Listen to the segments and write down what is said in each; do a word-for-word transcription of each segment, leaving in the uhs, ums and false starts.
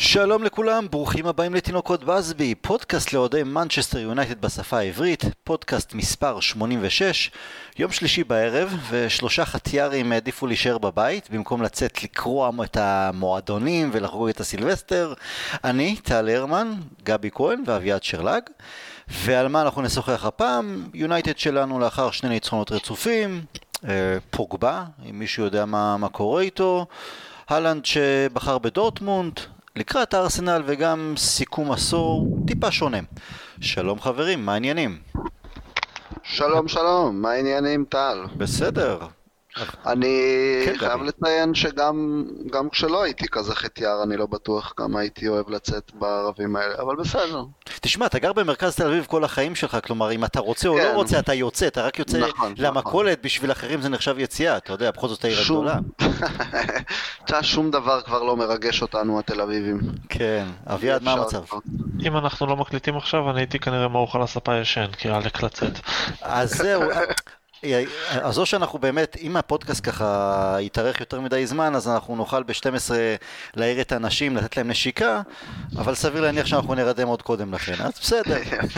שלום לכולם, ברוכים הבאים לתינוקות בסבי, פודקאסט לאוהדי מנצ'סטר יונייטד בשפה העברית, פודקאסט מספר שמונים ושש, יום שלישי בערב, ושלושה חתיארים העדיפו להישאר בבית, במקום לצאת לקרוע את המועדונים ולחגוג את הסילבסטר. אני, טל הרמן, גבי כהן ואביעד שרלג, ועל מה אנחנו נשוחח הפעם? יונייטד שלנו לאחר שני ניצחונות רצופים, פוגבה, אם מישהו יודע מה, מה קורה איתו, הלנד שבחר בדורטמונד, לקראת הארסנל וגם סיכום עשור טיפה שונה. שלום חברים, מה העניינים? שלום שלום, מה העניינים טל? בסדר. אני כן, חייב גבי. לציין שגם גם כשלא הייתי כזה חתיאר, אני לא בטוח כמה הייתי אוהב לצאת בערבים האלה, אבל בסדר. תשמע, אתה גר במרכז תל אביב כל החיים שלך, כלומר אם אתה רוצה או כן. לא רוצה, אתה יוצא, אתה רק יוצא נכון, למכולת, בשביל אחרים זה נחשב יציאה, אתה יודע, בכל זאת העיר שום... הגדולה. תשמע, שום דבר כבר לא מרגש אותנו התל אביבים. כן, אביעד, מה אפשר המצב? כבר. אם אנחנו לא מקליטים עכשיו, אני הייתי כנראה מעוך על הספה ישן, כי עלק לצאת. אז זהו, אז או שאנחנו באמת, אם הפודקאסט ככה יתארך יותר מדי זמן, אז אנחנו נוכל ב-שתים עשרה להעיר את האנשים, לתת להם נשיקה, אבל סביר להניח שאנחנו נרדם עוד קודם לכן, אז בסדר.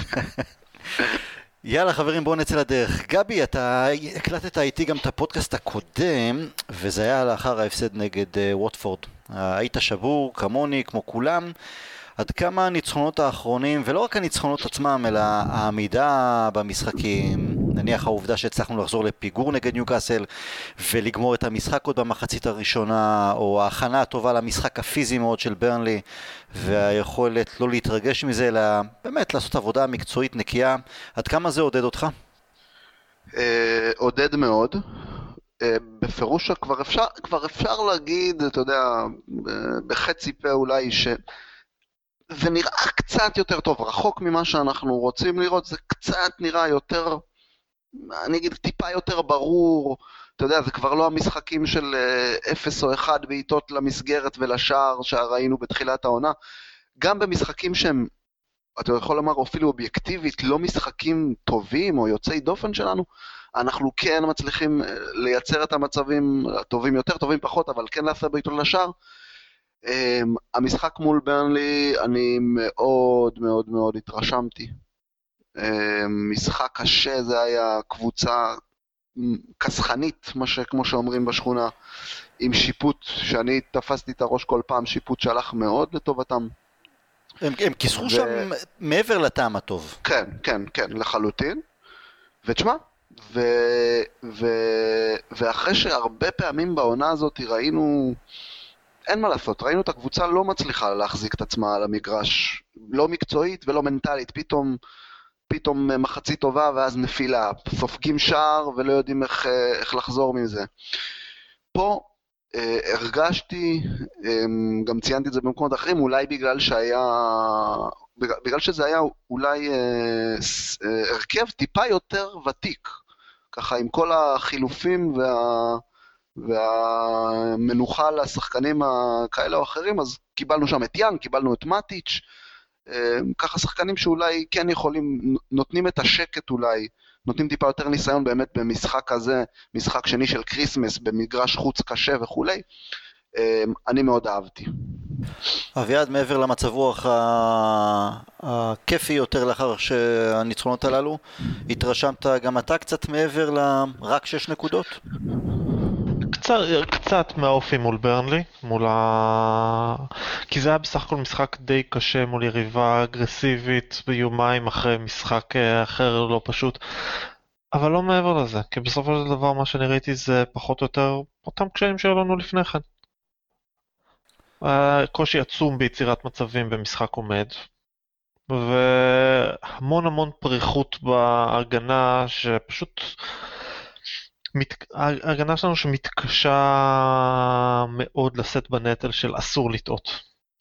יאללה חברים, בואו נצא לדרך. גבי, אתה הקלטת איתי גם את הפודקאסט הקודם, וזה היה לאחר ההפסד נגד uh, ווטפורד. Uh, היית שבור כמוני, כמו כולם. עד כמה הניצחונות האחרונים, ולא רק הניצחונות עצמם, אלא העמידה במשחקים, נניח העובדה שהצלחנו לחזור לפיגור נגד ניוקאסל, ולגמור את המשחק עוד במחצית הראשונה, או ההכנה הטובה למשחק הפיזי מאוד של ברנלי, והיכולת לא להתרגש מזה, אלא באמת לעשות עבודה מקצועית נקייה. עד כמה זה עודד אותך? אה, עודד מאוד. אה, בפירוש כבר אפשר, כבר אפשר להגיד, אתה יודע, אה, בחצי פה אולי ש... זה נראה קצת יותר טוב, רחוק ממה שאנחנו רוצים לראות, זה קצת נראה יותר, אני אגיד טיפה יותר ברור, אתה יודע, זה כבר לא המשחקים של אפס או אחד בעיטות למסגרת ולשער שראינו בתחילת העונה, גם במשחקים שהם, אתה יכול לומר אפילו אובייקטיבית, לא משחקים טובים או יוצאי דופן שלנו, אנחנו כן מצליחים לייצר את המצבים טובים יותר, טובים פחות, אבל כן לעשה בעיטות לשער. Um, המשחק מול ברנלי, אני מאוד מאוד מאוד התרשמתי. Um, משחק קשה, זה היה קבוצה כסחנית, מה שכמו שאומרים בשכונה, עם שיפוט, שאני תפסתי את הראש כל פעם, שיפוט שהלך מאוד לטובתם. הם, הם כיסחו ו... שם מעבר לטעם הטוב. כן, כן, כן, לחלוטין. ותשמע, ו... ו... ואחרי שהרבה פעמים בעונה הזאת ראינו... אין מה לעשות, ראינו את הקבוצה לא מצליחה להחזיק את עצמה על המגרש, לא מקצועית ולא מנטלית, פתאום, פתאום מחצית טובה ואז נפילה, סופגים שער ולא יודעים איך, איך לחזור מזה. פה אה, הרגשתי, אה, גם ציינתי את זה במקומות אחרים, אולי בגלל שהיה, בגלל, בגלל שזה היה אולי אה, אה, הרכב טיפה יותר ותיק, ככה עם כל החילופים וה... והמנוחה לשחקנים כאלה או אחרים, אז קיבלנו שם את יאן, קיבלנו את מטיץ', ככה שחקנים שאולי כן יכולים, נותנים את השקט אולי, נותנים טיפה יותר ניסיון באמת במשחק הזה, משחק שני של קריסמס, במגרש חוץ קשה וכולי, אני מאוד אהבתי. אביעד, מעבר למצב רוח הכיפי יותר לאחר שהניצחונות הללו, התרשמת גם אתה קצת מעבר לרק שש נקודות? קצת, קצת מהאופי מול ברנלי, מול ה... כי זה היה בסך הכל משחק די קשה מול יריבה אגרסיבית ביומיים אחרי משחק אחר לא פשוט, אבל לא מעבר לזה, כי בסופו של דבר מה שאני ראיתי זה פחות או יותר אותם קשיים שהיו לנו לפני כן. קושי עצום ביצירת מצבים במשחק עומד, והמון המון פריחות בהגנה שפשוט... מת... ההגנה שלנו שמתקשה מאוד לשאת בנטל של אסור לטעות.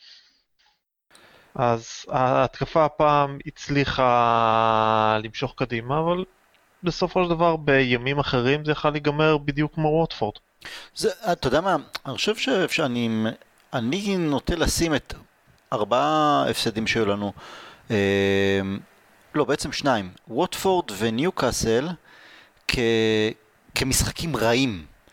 אז ההתקפה הפעם הצליחה למשוך קדימה, אבל בסופו של דבר בימים אחרים זה יכול להיגמר בדיוק כמו ווטפורד. זה, אתה יודע מה, אני חושב שאני אני נוטה לשים את ארבעה הפסדים שהיו לנו, אה, לא בעצם שניים, ווטפורד וניוקאסל כ... כמשחקים רעים.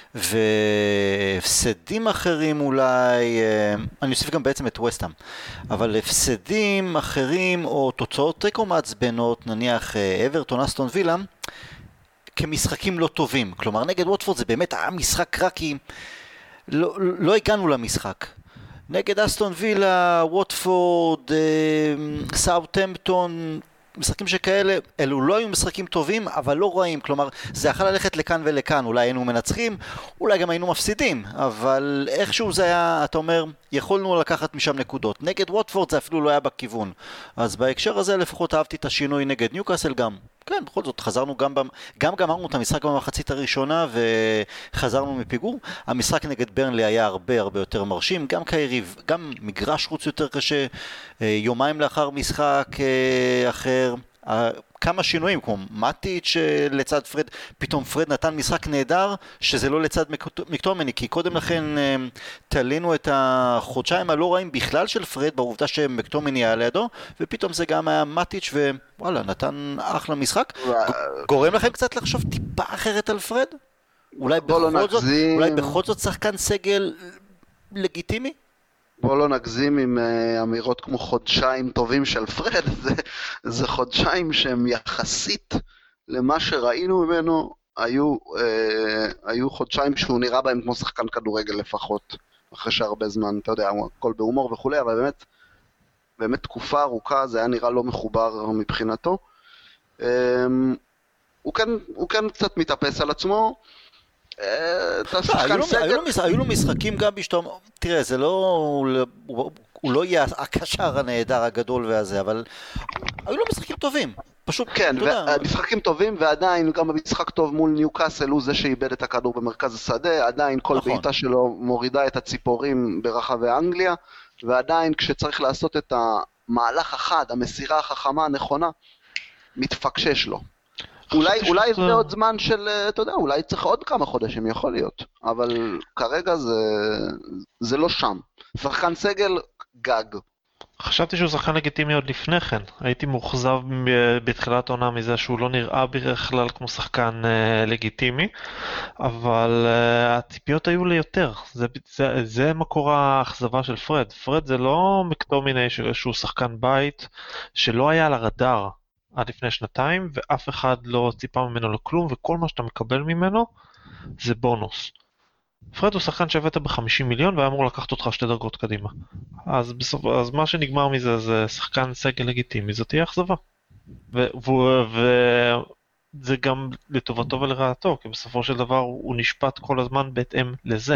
והפסדים אחרים אולי, אני אוסיף גם בעצם את ווסטהאם, אבל הפסדים אחרים או תוצאות תיקו מעצבנות, נניח אברטון, אסטון וילה, כמשחקים לא טובים. כלומר, נגד ווטפורד זה באמת היה משחק רע, כי לא, לא הגענו למשחק. נגד אסטון וילה, ווטפורד, סאות'המפטון, משחקים שכאלה, אלו לא היו משחקים טובים, אבל לא רעים. כלומר, זה יכול ללכת לכאן ולכאן. אולי היינו מנצחים, אולי גם היינו מפסידים, אבל איכשהו זה היה, אתה אומר, יכולנו לקחת משם נקודות. נגד ווטפורד זה אפילו לא היה בכיוון. אז בהקשר הזה לפחות אהבתי את השינוי נגד ניוקאסל גם. כן, בכל זאת, חזרנו גם, גם גמרנו את המשחק במחצית הראשונה וחזרנו מפיגור. המשחק נגד ברנלי היה הרבה הרבה יותר מרשים, גם כיריב, גם מגרש חוץ יותר קשה, יומיים לאחר משחק אחר, כמה שינויים, כמו מטיץ' לצד פרד, פתאום פרד נתן משחק נהדר, שזה לא לצד מקטומני, כי קודם לכן תלינו את החודשיים הלא רעים בכלל של פרד, בעובדה שמקטומני היה לידו, ופתאום זה גם היה מטיץ' ווואלה, נתן אחלה משחק. גורם לכם קצת לחשוב טיפה אחרת על פרד? אולי בכל זאת, אולי בכל זאת שחקן סגל לגיטימי? בוא לא נגזים עם uh, אמירות כמו חודשיים טובים של פרד, זה, זה חודשיים שהם יחסית למה שראינו ממנו, היו, uh, היו חודשיים שהוא נראה בהם כמו שחקן כדורגל לפחות, אחרי שהרבה זמן, אתה יודע, הכל בהומור וכולי, אבל באמת, באמת תקופה ארוכה זה היה נראה לא מחובר מבחינתו. Um, הוא, כן, הוא כן קצת מתאפס על עצמו, היו לו משחקים גם בשתום, תראה, זה לא, הוא לא יהיה הקשר הנהדר הגדול והזה, אבל היו לו משחקים טובים, פשוט, כן, משחקים טובים, ועדיין גם במשחק טוב מול ניוקאסל הוא זה שאיבד את הכדור במרכז השדה, עדיין כל בעיטה שלו מורידה את הציפורים ברחבי אנגליה, ועדיין כשצריך לעשות את המהלך אחד, המסירה החכמה הנכונה, מתפקשש לו. אולי, אולי זה עוד זמן של, אתה יודע, אולי צריך עוד כמה חודשים, יכול להיות, אבל כרגע זה, זה לא שם. שחקן סגל גג. חשבתי שהוא שחקן לגיטימי עוד לפני כן. הייתי מאוכזב בתחילת העונה מזה שהוא לא נראה בכלל כמו שחקן לגיטימי, אבל הציפיות היו לי יותר. זה, זה, זה מקור האכזבה של פרד. פרד זה לא מקטומיני שהוא שחקן בית שלא היה על הרדאר עד לפני שנתיים, ואף אחד לא ציפה ממנו לכלום, וכל מה שאתה מקבל ממנו זה בונוס. פרד הוא שחקן שהבאת ב-חמישים מיליון, והיה אמור לקחת אותך שתי דרגות קדימה. אז, בסוף, אז מה שנגמר מזה זה שחקן סגל לגיטימי, זאת תהיה אכזבה. וזה גם לטובתו ולרעתו, כי בסופו של דבר הוא נשפט כל הזמן בהתאם לזה.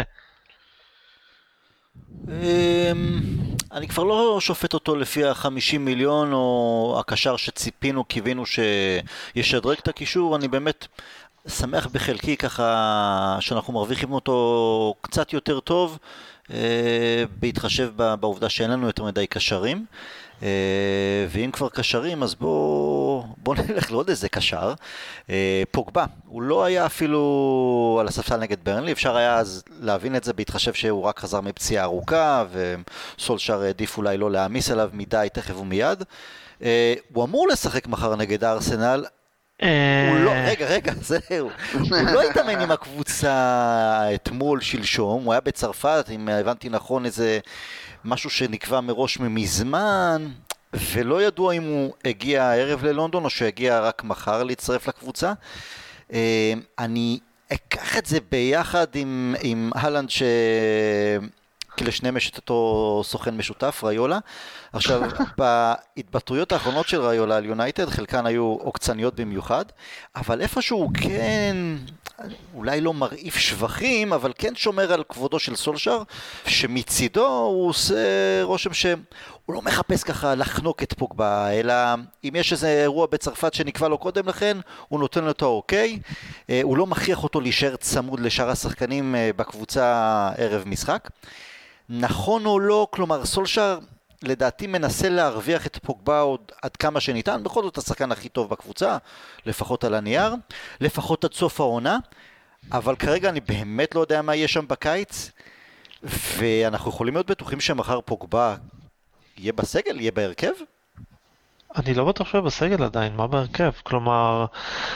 אני כבר לא שופט אותו לפי ה-חמישים מיליון או הקשר שציפינו, קיווינו שישדרג את הקישור. אני באמת שמח בחלקי ככה שאנחנו מרוויחים אותו קצת יותר טוב, בהתחשב בעובדה שאין לנו יותר מדי קשרים, ואם כבר קשרים אז בוא, בוא נלך לעוד איזה קשר. פוגבה, הוא לא היה אפילו על הספסל נגד ברנלי, אפשר היה אז להבין את זה בהתחשב שהוא רק חזר מפציעה ארוכה, וסולשר העדיף אולי לא להעמיס עליו מדי תכף ומיד. הוא אמור לשחק מחר נגד הארסנל, הוא לא, רגע, רגע, זהו, הוא לא התאמן עם הקבוצה אתמול שלשום, הוא היה בצרפת, אם הבנתי נכון, איזה משהו שנקבע מראש ממזמן, ולא ידוע אם הוא הגיע הערב ללונדון או שהגיע רק מחר להצטרף לקבוצה. אני אקח את זה ביחד עם, עם הלנד ש... כי לשניהם יש את אותו סוכן משותף, ריולה. עכשיו, בהתבטאויות האחרונות של ריולה על יונייטד, חלקן היו עוקצניות במיוחד, אבל איפשהו כן, אולי לא מרעיף שבחים, אבל כן שומר על כבודו של סולשר, שמצידו הוא עושה רושם שהוא לא מחפש ככה לחנוק את פוגבה, אלא אם יש איזה אירוע בצרפת שנקבע לו קודם לכן, הוא נותן לו אותו אוקיי, הוא לא מכריח אותו להישאר צמוד לשאר השחקנים בקבוצה ערב משחק. נכון או לא, כלומר סולשר לדעתי מנסה להרוויח את פוגבה עוד עד כמה שניתן, בכל זאת השחקן הכי טוב בקבוצה, לפחות על הנייר, לפחות עד סוף העונה, אבל כרגע אני באמת לא יודע מה יהיה שם בקיץ, ואנחנו יכולים להיות בטוחים שמחר פוגבה יהיה בסגל, יהיה בהרכב? אני לא בטוח שהוא בסגל עדיין, מה בהרכב? כלומר,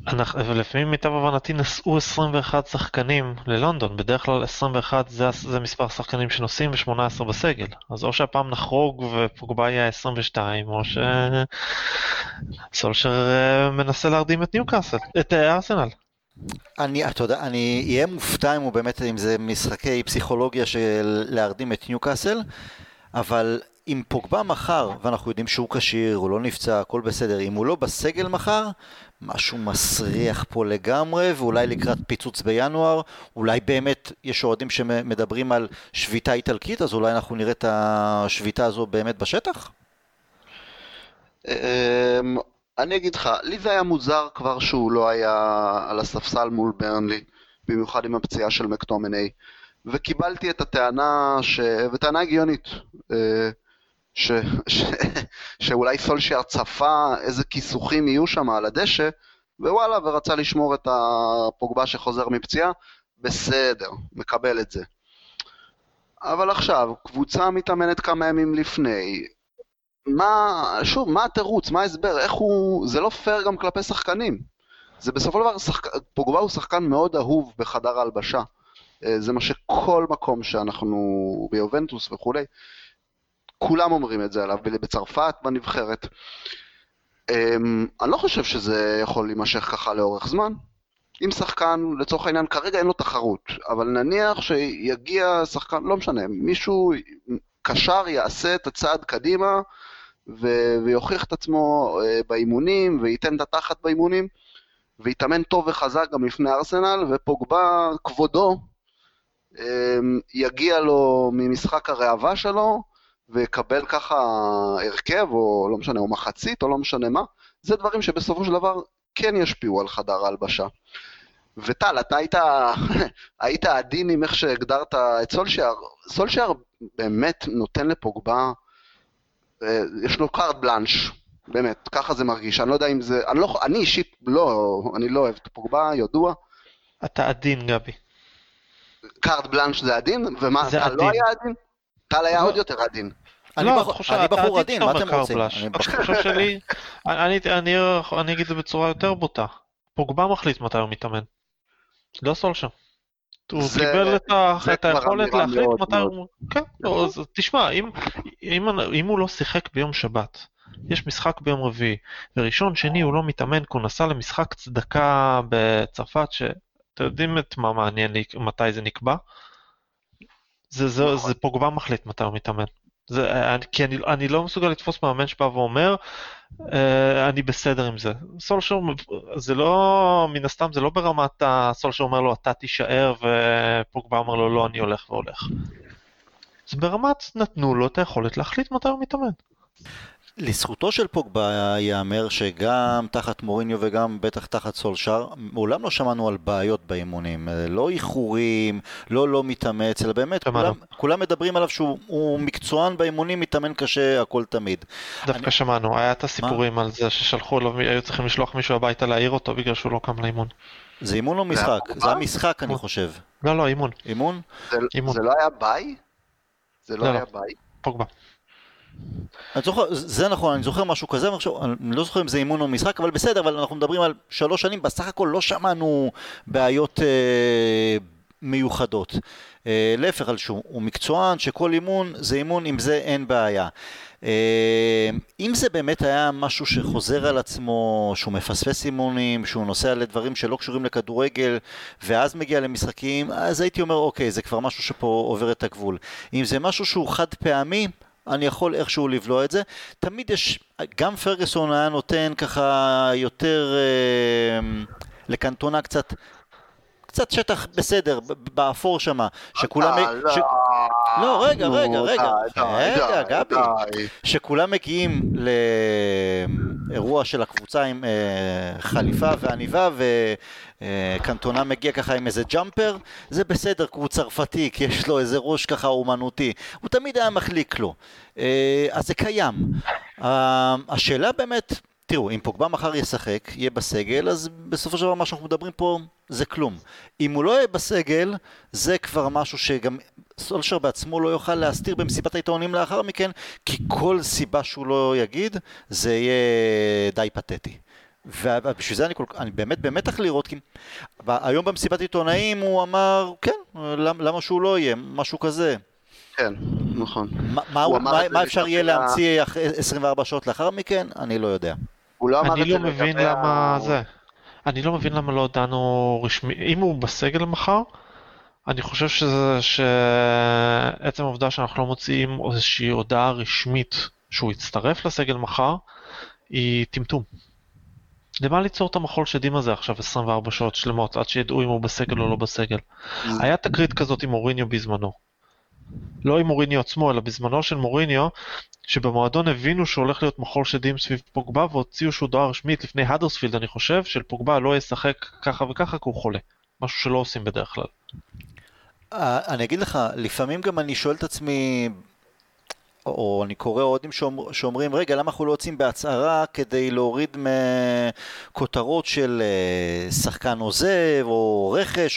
לפעמים מיטב הבנתי נסעו עשרים ואחד שחקנים ללונדון, בדרך כלל עשרים ואחד זה, זה מספר שחקנים שנוסעים ו-שמונה עשרה בסגל, אז או שהפעם נחרוג ופוגבה יהיה עשרים ושתיים, או שסולשר מנסה להרדים את ניוקאסל, את ארסנל. אני, אתה יודע, אני אהיה מופתע אם הוא באמת, אם זה משחקי פסיכולוגיה של להרדים את ניוקאסל, אבל אם פוגבה מחר, ואנחנו יודעים שהוא כשיר, הוא לא נפצע, הכל בסדר, אם הוא לא בסגל מחר, משהו מסריח פה לגמרי, ואולי לקראת פיצוץ בינואר, אולי באמת יש אוהדים שמדברים על שביתה איטלקית, אז אולי אנחנו נראה את השביתה הזו באמת בשטח? אני אגיד לך, לי זה היה מוזר כבר שהוא לא היה על הספסל מול ברנלי, במיוחד עם הפציעה של מקטומני, וקיבלתי את הטענה, ש... וטענה הגיונית, ש... ש... שאולי סולשייר צפה איזה כיסוכים יהיו שם על הדשא, ווואלה, ורצה לשמור את הפוגבה שחוזר מפציעה, בסדר, מקבל את זה. אבל עכשיו, קבוצה מתאמנת כמה ימים לפני, מה, שוב, מה התירוץ, מה ההסבר, איך הוא, זה לא פייר גם כלפי שחקנים. זה בסופו של דבר, שחק... פוגבה הוא שחקן מאוד אהוב בחדר ההלבשה. זה מה שכל מקום שאנחנו ביובנטוס וכו', כולם אומרים את זה עליו, בצרפת, בנבחרת. אני לא חושב שזה יכול להימשך ככה לאורך זמן. אם שחקן, לצורך העניין, כרגע אין לו תחרות, אבל נניח שיגיע שחקן, לא משנה, מישהו קשר יעשה את הצעד קדימה, ו- ויוכיח את עצמו באימונים, וייתן את התחת באימונים, ויתאמן טוב וחזק גם לפני ארסנל, ופוגבה כבודו, יגיע לו ממשחק הרעבה שלו, ויקבל ככה הרכב, או לא משנה, או מחצית, או לא משנה מה, זה דברים שבסופו של דבר כן ישפיעו על חדר ההלבשה. וטל, אתה היית, היית עדין עם איך שהגדרת את סולשייר, סולשייר באמת נותן לפוגבה, יש לו קארט בלנש, באמת, ככה זה מרגיש, אני לא יודע אם זה, אני, לא, אני אישית לא, אני לא אוהב את פוגבה, ידוע. אתה עדין, גבי. קארט בלנש זה עדין, ומה, אתה לא היה עדין? טל היה עוד יותר עדין. אני בחור עדין, מה אתם רוצים? התחושה שלי, אני אגיד את זה בצורה יותר בוטה, פוגבה מחליט מתי הוא מתאמן, לא סולשר. הוא קיבל את היכולת להחליט מתי הוא... כן, תשמע, אם הוא לא שיחק ביום שבת, יש משחק ביום רביעי, וראשון שני הוא לא מתאמן, כי הוא נסע למשחק צדקה בצרפת, שאתם יודעים את מה מעניין מתי זה נקבע? זה פוגבה מחליט מתי הוא מתאמן. כי אני, אני לא מסוגל לתפוס מאמן שבא ואומר, אני בסדר עם זה. סולשר, זה לא, מן הסתם, זה לא ברמת הסולשר אומר לו, אתה תישאר, ופוגבה אומר לו, לא, אני הולך והולך. זה ברמת, נתנו לו את היכולת להחליט מתי הוא מתאמן. לזכותו של פוגבה יאמר שגם תחת מוריניו וגם בטח תחת סולשר, מעולם לא שמענו על בעיות באימונים, לא איחורים, לא לא מתאמץ, אלא באמת כולם, כולם מדברים עליו שהוא מקצוען באימונים, מתאמן קשה, הכל תמיד. דווקא אני... שמענו, היה את הסיפורים מה? על זה ששלחו לו, היו צריכים לשלוח מישהו הביתה להעיר אותו בגלל שהוא לא קם לאימון. זה אימון או משחק? זה המשחק אני חושב. לא, לא, אימון. אימון? זה, אימון. זה לא היה ביי? זה לא, לא היה לא. ביי? פוגבה. אני זוכר, זה נכון, אני זוכר משהו כזה, אני לא זוכר אם זה אימון או משחק, אבל בסדר, אבל אנחנו מדברים על שלוש שנים, בסך הכל לא שמענו בעיות אה, מיוחדות. אה, להפך על שהוא, הוא מקצוען שכל אימון זה אימון, עם זה אין בעיה. אה, אם זה באמת היה משהו שחוזר על עצמו, שהוא מפספס אימונים, שהוא נוסע לדברים שלא קשורים לכדורגל, ואז מגיע למשחקים, אז הייתי אומר, אוקיי, זה כבר משהו שפה עובר את הגבול. אם זה משהו שהוא חד פעמי, אני יכול איכשהו לבלוע את זה. תמיד יש, גם פרגוסון היה נותן ככה יותר אה, לקנטונה קצת, קצת שטח בסדר, באפור שמה, שכולם... ש... לא, רגע, רגע, רגע, רגע, גבי, שכולם מגיעים לאירוע של הקבוצה עם חליפה ועניבה, וקנטונה מגיע ככה עם איזה ג'אמפר, זה בסדר, כי הוא צרפתי, כי יש לו איזה ראש ככה אומנותי, הוא תמיד היה מחליק לו, אז זה קיים. השאלה באמת... תראו, אם פוגבה מחר ישחק, יהיה בסגל, אז בסופו של דבר מה שאנחנו מדברים פה זה כלום. אם הוא לא יהיה בסגל, זה כבר משהו שגם סולשר בעצמו לא יוכל להסתיר במסיבת העיתונאים לאחר מכן, כי כל סיבה שהוא לא יגיד, זה יהיה די פתטי. ובשביל זה אני, כל, אני באמת במתח לראות, כי היום במסיבת עיתונאים הוא אמר, כן, למה, למה שהוא לא יהיה, משהו כזה. כן, נכון. מה, מה, מה, מה אפשר יהיה להמציא עשרים וארבע שעות לאחר מכן? אני לא יודע. לא אני לא מבין למה זה. אני לא מבין למה לא דנו רשמי, אם הוא בסגל מחר, אני חושב שזה, שעצם העובדה שאנחנו לא מוציאים איזושהי הודעה רשמית שהוא יצטרף לסגל מחר, היא טמטום. למה ליצור את המחול שדים הזה עכשיו עשרים וארבע שעות שלמות, עד שידעו אם הוא בסגל או לא בסגל? היה תקרית כזאת עם מוריניו בזמנו. לא עם מוריניו עצמו, אלא בזמנו של מוריניו, שבמועדון הבינו שהולך להיות מחול שדים סביב פוגבה, והוציאו שהודעה רשמית לפני הדרספילד, אני חושב, של פוגבה לא ישחק ככה וככה כי הוא חולה. משהו שלא עושים בדרך כלל. אני אגיד לך, לפעמים גם אני שואל את עצמי, או אני קורא אוהדים שאומרים, רגע, למה אנחנו לא יוצאים בהצהרה כדי להוריד מכותרות של שחקן עוזב או רכש?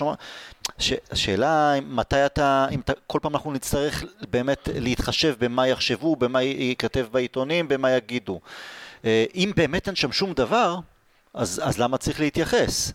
השאלה, מתי אתה, אם כל פעם אנחנו נצטרך באמת להתחשב במה יחשבו, במה ייכתב בעיתונים, במה יגידו. אם באמת אין שם שום דבר, אז, אז למה צריך להתייחס?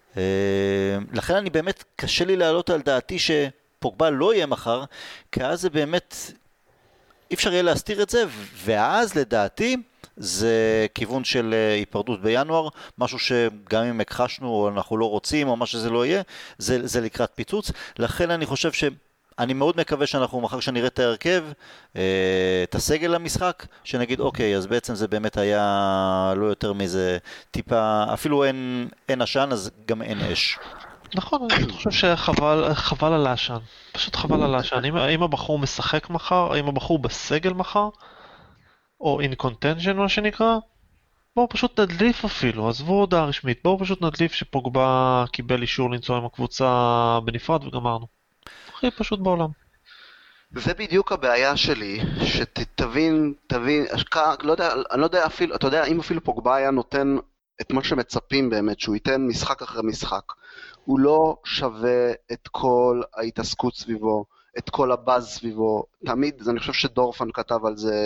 לכן אני באמת, קשה לי להעלות על דעתי שפוגבה לא יהיה מחר, כי אז זה באמת, אי אפשר יהיה להסתיר את זה, ואז לדעתי זה כיוון של היפרדות בינואר, משהו שגם אם הכחשנו או אנחנו לא רוצים או מה שזה לא יהיה, זה, זה לקראת פיצוץ. לכן אני חושב ש... אני מאוד מקווה שאנחנו מחר שנראה את ההרכב, את הסגל למשחק, שנגיד אוקיי, אז בעצם זה באמת היה לא יותר מזה טיפה, אפילו אין, אין עשן, אז גם אין אש. נכון, אני חושב שחבל חבל על העשן, פשוט חבל על העשן. אם, אם הבחור משחק מחר, אם הבחור בסגל מחר, או in contention מה שנקרא, בואו פשוט נדליף אפילו, עזבו הודעה רשמית, בואו פשוט נדליף שפוגבה קיבל אישור לנסוע עם הקבוצה בנפרד וגמרנו. הכי פשוט בעולם. זה בדיוק הבעיה שלי, שתבין, תבין, לא יודע, אני לא יודע אפילו, אתה יודע, אם אפילו פוגבה היה נותן את מה שמצפים באמת, שהוא ייתן משחק אחרי משחק, הוא לא שווה את כל ההתעסקות סביבו, את כל הבאז סביבו, תמיד, אני חושב שדורפן כתב על זה,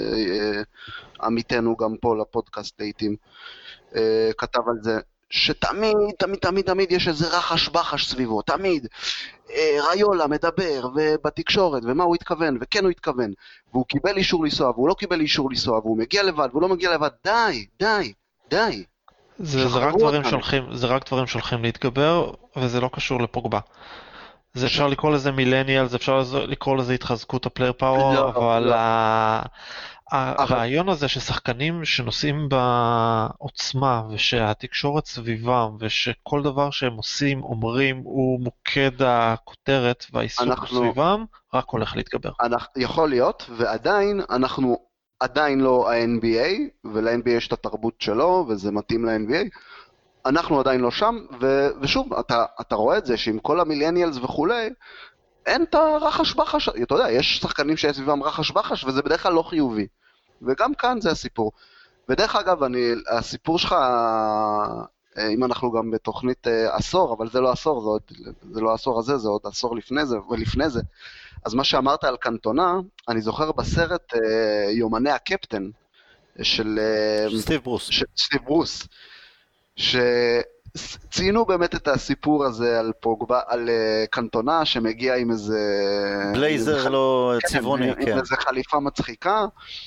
עמיתנו גם פה לפודקאסט לעתים, כתב על זה, שתמיד, תמיד, תמיד, תמיד יש איזה רחש בחש סביבו, תמיד, ראיולה מדבר, ובתקשורת, ומה הוא התכוון, וכן הוא התכוון, והוא קיבל אישור לנסוע, והוא לא קיבל אישור לנסוע, והוא מגיע לבד, והוא לא מגיע לבד, די, די, די. זה, זה רק דברים שהולכים, זה רק דברים שהולכים להתגבר, וזה לא קשור לפוגבה. זה אפשר לקרוא לזה מילניאל, זה אפשר לקרוא לזה התחזקות הפלייר פאוור, אבל הרעיון הזה ששחקנים שנוסעים בעוצמה, ושהתקשורת סביבם, ושכל דבר שהם עושים, אומרים, הוא מוקד הכותרת והעיסוק סביבם, רק הולך להתגבר. יכול להיות, ועדיין אנחנו עדיין לא ה-אן בי איי, ול-אן בי איי יש את התרבות שלו, וזה מתאים ל-אן בי איי, אנחנו עדיין לא שם, ו- ושוב, אתה, אתה רואה את זה שעם כל המילניאלס וכולי, אין את הרחש בחש, אתה יודע, יש שחקנים שיש סביבם רחש בחש, וזה בדרך כלל לא חיובי. וגם כאן זה הסיפור. ודרך אגב, אני, הסיפור שלך, אם אנחנו גם בתוכנית עשור, אבל זה לא עשור, זה, עוד, זה לא העשור הזה, זה עוד עשור לפני זה, ולפני זה. אז מה שאמרת על קנטונה, אני זוכר בסרט יומני הקפטן, של סטיב ברוס. של סטיב ברוס. שציינו באמת את הסיפור הזה על פוגבה, על קנטונה שמגיע עם איזה בלייזר לא צבעוני, כן, עם איזה חליפה מצחיקה,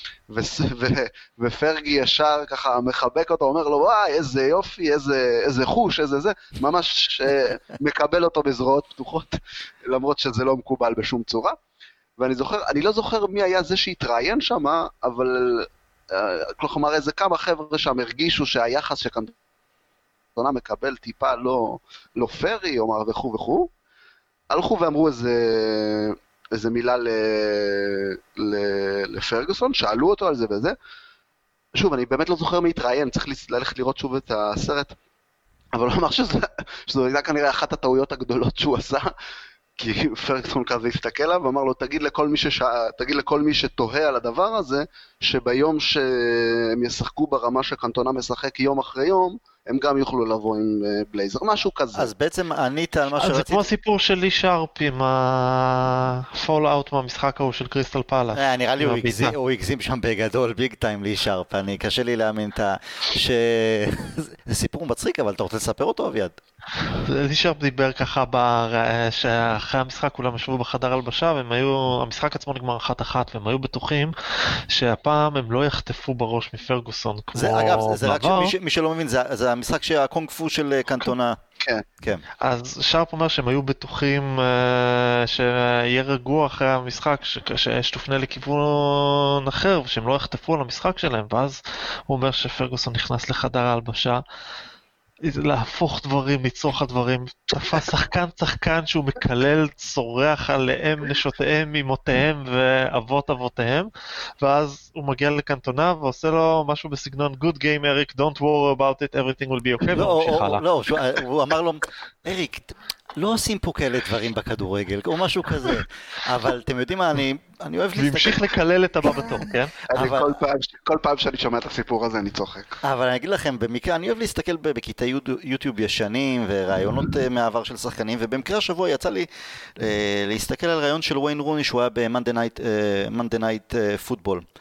ופרגי ישר ככה מחבק אותו, אומר לו וואי איזה יופי, איזה חוש, איזה זה, ממש מקבל אותו בזרועות פתוחות, למרות שזה לא מקובל בשום צורה. ואני זוכר, אני לא זוכר מי היה זה שהתראיין שם, אבל כלומר איזה כמה חבר'ה שם הרגישו שהיחס שקנטונה קנטונה מקבל טיפה לא, לא פרי, אומר וכו וכו, הלכו ואמרו איזה, איזה מילה ל, ל, לפרגוסון, שאלו אותו על זה וזה, שוב, אני באמת לא זוכר מי התראיין, צריך ללכת לראות שוב את הסרט, אבל הוא אמר שזה, שזו הייתה כנראה אחת הטעויות הגדולות שהוא עשה, כי פרגוסון כזה הסתכל עליו, ואמר לו, תגיד לכל מי, שש... תגיד לכל מי שתוהה על הדבר הזה, שביום שהם ישחקו ברמה שקנטונה משחק יום אחרי יום, הם גם יוכלו לבוא עם בלייזר, משהו כזה. אז בעצם ענית על מה שרציתי. זה כמו הסיפור של לי שרפ עם הפול-אאוט מהמשחק ההוא של קריסטל פלאס. נראה לי הוא הגזים שם בגדול, ביג טיים לי שרפ, אני קשה לי להאמין שזה סיפור מצחיק, אבל אתה רוצה לספר אותו אביעד? לי שרפ דיבר ככה שאחרי המשחק כולם ישבו בחדר הלבשה, המשחק עצמו נגמר אחת אחת, והם היו בטוחים שהפעם הם לא יחטפו בראש מפרגוסון כמו בעבר. אגב, זה רק שמי שלא מבין, זה המשחק של הקונג פו של קנטונה. כן. כן. אז שרפ אומר שהם היו בטוחים שיהיה רגוע אחרי המשחק, שהאש תופנה לכיוון אחר, ושהם לא יחטפו על המשחק שלהם, ואז הוא אומר שפרגוסון נכנס לחדר ההלבשה, להפוך דברים, ליצור הדברים, תפס שחקן שחקן שהוא מקלל, צורח עליהם, נשותיהם, אמותיהם ואבות אבותיהם, ואז הוא מגיע לקנטונה ועושה לו משהו בסגנון good game אריק, don't worry about it, everything will be okay, וממשיך הלאה. לא, הוא אמר לו, אריק, לא עושים פה כאלה דברים בכדורגל, או משהו כזה, אבל אתם יודעים מה, אני אוהב להסתכל... והמשיך לקלל את הבא בתור, כן? כל פעם שאני שומע את הסיפור הזה אני צוחק. אבל אני אגיד לכם, במקרה, אני אוהב להסתכל בקטעי יוטיוב ישנים, ורעיונות מהעבר של שחקנים, ובמקרה השבוע יצא לי להסתכל על רעיון של וויין רוני, שהוא היה ב-Monday Night Football.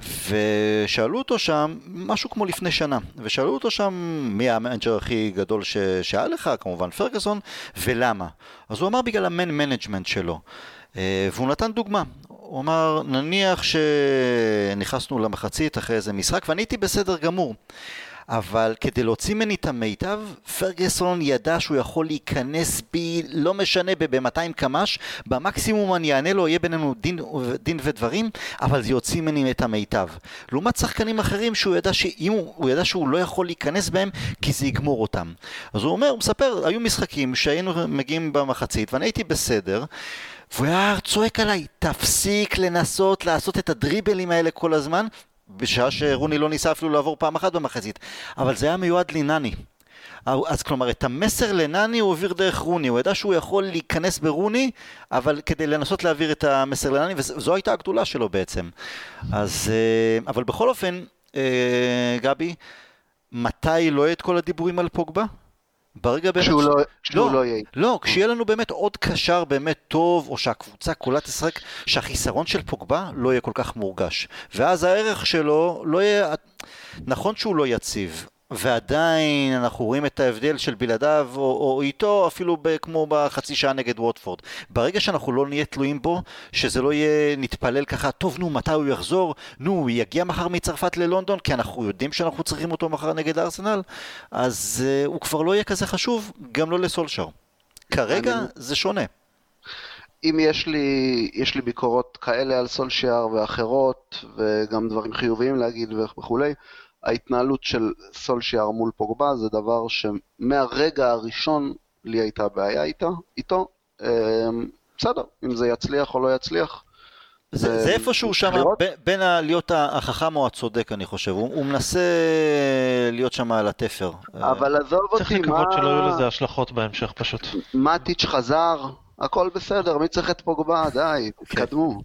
ושאלו אותו שם, משהו כמו לפני שנה, ושאלו אותו שם מי המנג'ר הכי גדול שהיה לך, כמובן פרגוסון, ולמה? אז הוא אמר בגלל המן מנג'מנט שלו, והוא נתן דוגמה, הוא אמר נניח שנכנסנו למחצית אחרי איזה משחק, ואני הייתי בסדר גמור, אבל כדי להוציא ממני את המיטב, פרגוסון ידע שהוא יכול להיכנס בי, לא משנה, ב-מאתיים קמ"ש, במקסימום אני אענה לו, יהיה בינינו דין, דין ודברים, אבל זה יוציא ממני את המיטב. לעומת שחקנים אחרים שהוא ידע, שאם הוא, הוא ידע שהוא לא יכול להיכנס בהם, כי זה יגמור אותם. אז הוא אומר, הוא מספר, היו משחקים שהיינו מגיעים במחצית, ואני הייתי בסדר, והוא היה צועק עליי, תפסיק לנסות לעשות את הדריבלים האלה כל הזמן, בשעה שרוני לא ניסה אפילו לעבור פעם אחת במחצית, אבל זה היה מיועד לנני. אז כלומר, את המסר לנני הוא העביר דרך רוני, הוא ידע שהוא יכול להיכנס ברוני, אבל כדי לנסות להעביר את המסר לנני, וזו הייתה הגדולה שלו בעצם. אז, אבל בכל אופן, גבי, מתי לא יהיה את כל הדיבורים על פוגבה? ברגע באמת... כשהוא לא, כשהוא לא יהיה. לא, כשיהיה לנו באמת עוד קשר באמת טוב, או שהקבוצה כולה תשחק, שהחיסרון של פוגבה לא יהיה כל כך מורגש. ואז הערך שלו לא יהיה... נכון שהוא לא יציב, ועדיין אנחנו רואים את ההבדל של בלעדיו, או, או איתו, אפילו ב, כמו בחצי שעה נגד ווטפורד. ברגע שאנחנו לא נהיה תלויים בו, שזה לא יהיה נתפלל ככה, טוב נו, מתי הוא יחזור? נו, הוא יגיע מחר מצרפת ללונדון, כי אנחנו יודעים שאנחנו צריכים אותו מחר נגד ארסנל, אז uh, הוא כבר לא יהיה כזה חשוב, גם לא לסולשר. כרגע אני... זה שונה. אם יש לי, יש לי ביקורות כאלה על סולשר ואחרות, וגם דברים חיוביים להגיד וכולי, ההתנהלות של סולשיאר מול פוגבה זה דבר שמהרגע הראשון לי הייתה בעיה איתה, איתו. בסדר, אם זה יצליח או לא יצליח. זה, זה איפשהו שם בין להיות החכם או הצודק, אני חושב. הוא, הוא מנסה להיות שם על התפר. אבל עזוב אותי, צריך לקוות שלא יהיו לזה השלכות בהמשך פשוט. מטיץ' חזר, הכל בסדר, מי צריך את פוגבה? די, תתקדמו.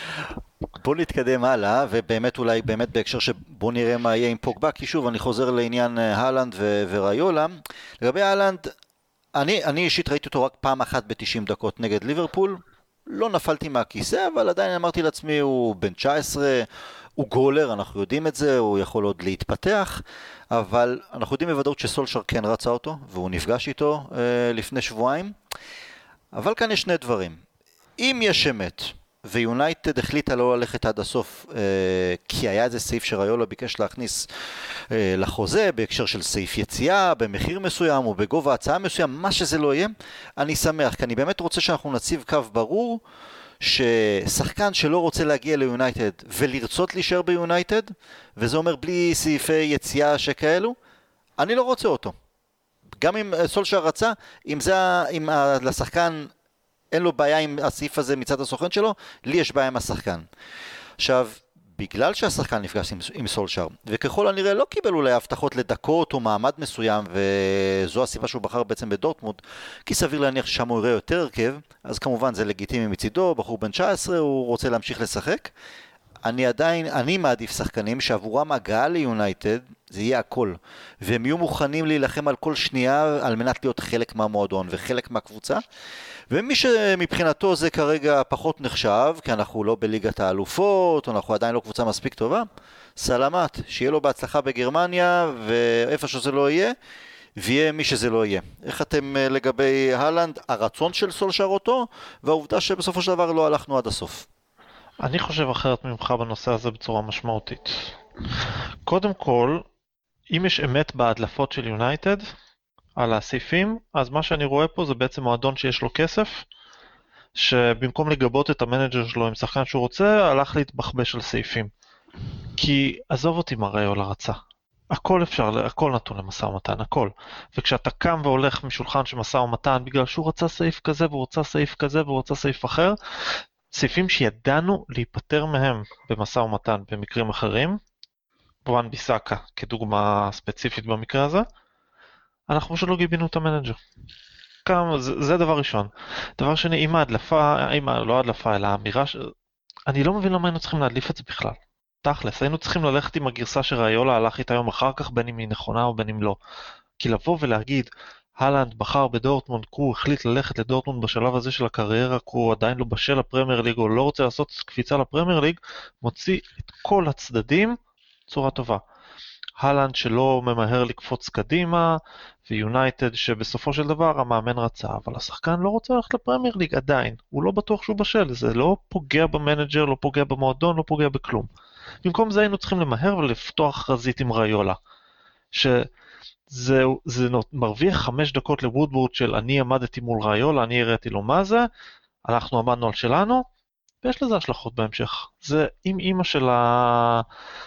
בוא נתקדם הלאה, ובאמת אולי באמת בהקשר שבוא נראה מה יהיה עם פוגבה, כי שוב אני חוזר לעניין הלנד ו- וריולה. לגבי הלנד, אני, אני אישית ראיתי אותו רק פעם אחת ב-תשעים דקות נגד ליברפול, לא נפלתי מהכיסא, אבל עדיין אמרתי לעצמי, הוא בן תשע עשרה, הוא גולר, אנחנו יודעים את זה, הוא יכול עוד להתפתח, אבל אנחנו יודעים בוודאות שסולשר כן רצה אותו, והוא נפגש איתו אה, לפני שבועיים, אבל כאן יש שני דברים. אם יש אמת, ויונייטד החליטה לא ללכת עד הסוף, אה, כי היה איזה סעיף שריולה ביקש להכניס אה, לחוזה, בהקשר של סעיף יציאה, במחיר מסוים או בגובה הצעה מסוים, מה שזה לא יהיה, אני שמח, כי אני באמת רוצה שאנחנו נציב קו ברור, ששחקן שלא רוצה להגיע ליונייטד ולרצות להישאר ביונייטד, וזה אומר בלי סעיפי יציאה שכאלו, אני לא רוצה אותו. גם אם סולשר רצה, אם זה, אם לשחקן אין לו בעיה עם הסעיף הזה מצד הסוכן שלו, לי יש בעיה עם השחקן. עכשיו, בגלל שהשחקן נפגש עם, עם סולשר, וככל הנראה לא קיבל אולי הבטחות לדקות או מעמד מסוים, וזו הסיבה שהוא בחר בעצם בדורטמונד, כי סביר להניח ששם הוא יראה יותר הרכב, אז כמובן זה לגיטימי מצידו, בחור בן תשע עשרה, הוא רוצה להמשיך לשחק, אני עדיין, אני מעדיף שחקנים שעבורם הגעה ליונייטד זה יהיה הכל, והם יהיו מוכנים להילחם על כל שנייה על מנת להיות חלק מהמועדון וחלק מהקבוצה, ומי שמבחינתו זה כרגע פחות נחשב, כי אנחנו לא בליגת האלופות, או אנחנו עדיין לא קבוצה מספיק טובה, סלמת, שיהיה לו בהצלחה בגרמניה, ואיפה שזה לא יהיה, ויהיה מי שזה לא יהיה. איך אתם לגבי הלנד, הרצון של סולשר אותו, והעובדה שבסופו של דבר לא הלכנו עד הסוף? אני חושב אחרת ממך בנושא הזה בצורה משמעותית. קודם כל, אם יש אמת בהדלפות של יונייטד על הסעיפים, אז מה שאני רואה פה זה בעצם מועדון שיש לו כסף, שבמקום לגבות את המנג'ר שלו עם שחקן שהוא רוצה, הלך להתבחבש על סעיפים. כי עזוב אותי מה ראיולה רצה. הכל אפשר, הכל נתון למשא ומתן, הכל. וכשאתה קם והולך משולחן של משא ומתן, בגלל שהוא רצה סעיף כזה, והוא רצה סעיף כזה, והוא רצה סעיף אחר, סעיפים שידענו להיפטר מהם במשא ומתן במקרים אחרים, בואן ביסאקה כדוגמה ספציפית במקרה הזה, אנחנו פשוט לא גיבינו את המנג'ר. כמה, זה, זה דבר ראשון. דבר שני, אם ההדלפה, אם לא ההדלפה, אלא האמירה, ש... אני לא מבין למה היינו צריכים להדליף את זה בכלל. תכלס, היינו צריכים ללכת עם הגרסה שראיולה הלך איתה יום אחר כך, בין אם היא נכונה או בין אם לא. כי לבוא ולהגיד, הלנד בחר בדורטמונד, כי הוא החליט ללכת לדורטמונד בשלב הזה של הקריירה, כי הוא עדיין לא בשל לפרמייר ליג, או לא רוצה לעשות קפיצה לפרמייר ליג, מוציא את כל הצדדים צורה טובה. הלנד שלא ממהר לקפוץ קדימה, ויונייטד שבסופו של דבר המאמן רצה, אבל השחקן לא רוצה ללכת לפרמייר ליג עדיין, הוא לא בטוח שהוא בשל, זה לא פוגע במנג'ר, לא פוגע במועדון, לא פוגע בכלום. במקום זה היינו צריכים למהר ולפתוח חזית עם ראיולה, שזה זה מרוויח חמש דקות לוודוורד של אני עמדתי מול ראיולה, אני הראיתי לו מה זה, אנחנו עמדנו על שלנו, ויש לזה השלכות בהמשך. זה עם אמא של ה...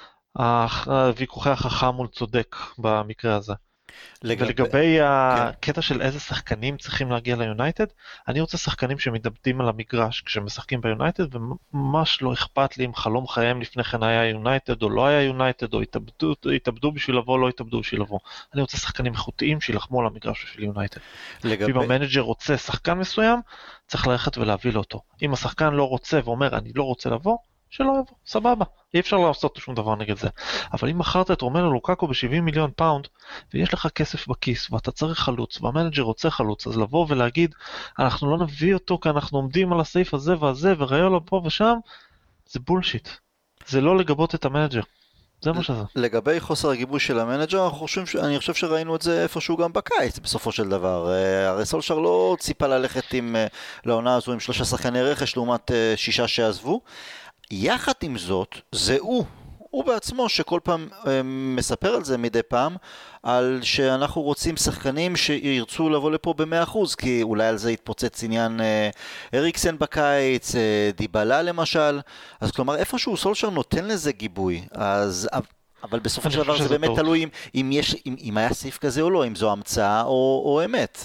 הוויכוחי החכם מול צודק במקרה הזה. לגב... ולגבי כן. הקטע של איזה שחקנים צריכים להגיע ליונייטד, אני רוצה שחקנים שמתאבדים על המגרש כשמשחקים ביונייטד, וממש לא אכפת לי אם חלום חייהם לפני כן היה יונייטד או לא היה יונייטד, או התאבדו, התאבדו בשביל לבוא, לא התאבדו בשביל לבוא. אני רוצה שחקנים איכותיים שילחמו על המגרש בשביל יונייטד. לגבי... ואם המנג'ר רוצה שחקן מסוים, צריך ללכת ולהביא לו אותו. אם השחקן לא רוצה ואומר אני לא רוצה לבוא, שלא יבוא, סבבה, אי אפשר לעשות שום דבר נגד זה. אבל אם מכרת את רומלו לוקאקו ב-שבעים מיליון פאונד, ויש לך כסף בכיס, ואתה צריך חלוץ, והמנג'ר רוצה חלוץ, אז לבוא ולהגיד, אנחנו לא נביא אותו, כי אנחנו עומדים על הסעיף הזה והזה, וראיולה פה ושם, זה בולשיט. זה לא לגבות את המנג'ר. זה מה שזה. לגבי חוסר הגיבוי של המנג'ר, אני חושב שראינו את זה איפשהו גם בקיץ, בסופו של דבר. הרי סולשר לא ציפה ללכת עם, לעונה הזו עם שלושה שחקני רכש, לעומת שישה שעזבו. יחד עם זאת, זה הוא, הוא בעצמו שכל פעם אה, מספר על זה מדי פעם, על שאנחנו רוצים שחקנים שירצו לבוא לפה ב-מאה אחוז, כי אולי על זה יתפוצץ עניין אה, אריקסן בקיץ, אה, דיבלה למשל, אז כלומר איפשהו סולשר נותן לזה גיבוי, אז... אבל בסופו של דבר זה באמת טוב. תלוי אם, אם, יש, אם, אם היה סעיף כזה או לא, אם זו המצאה או, או אמת.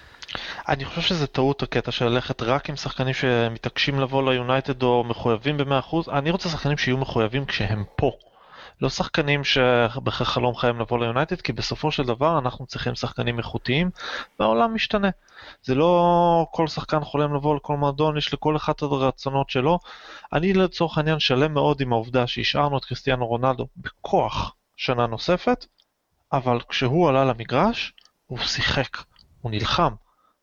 אני חושב שזה טעות הקטע של ללכת רק עם שחקנים שמתעקשים לבוא ליונייטד או מחויבים ב-מאה אחוז. אני רוצה שחקנים שיהיו מחויבים כשהם פה. לא שחקנים שבכך חלום חיים לבוא ליונייטד, כי בסופו של דבר אנחנו צריכים שחקנים איכותיים, והעולם משתנה. זה לא כל שחקן חולם לבוא לכל מועדון, יש לכל אחד את הרצונות שלו. אני לצורך העניין שלם מאוד עם העובדה שהשארנו את קריסטיאנו רונלדו בכוח שנה נוספת, אבל כשהוא עלה למגרש, הוא שיחק, הוא נלחם.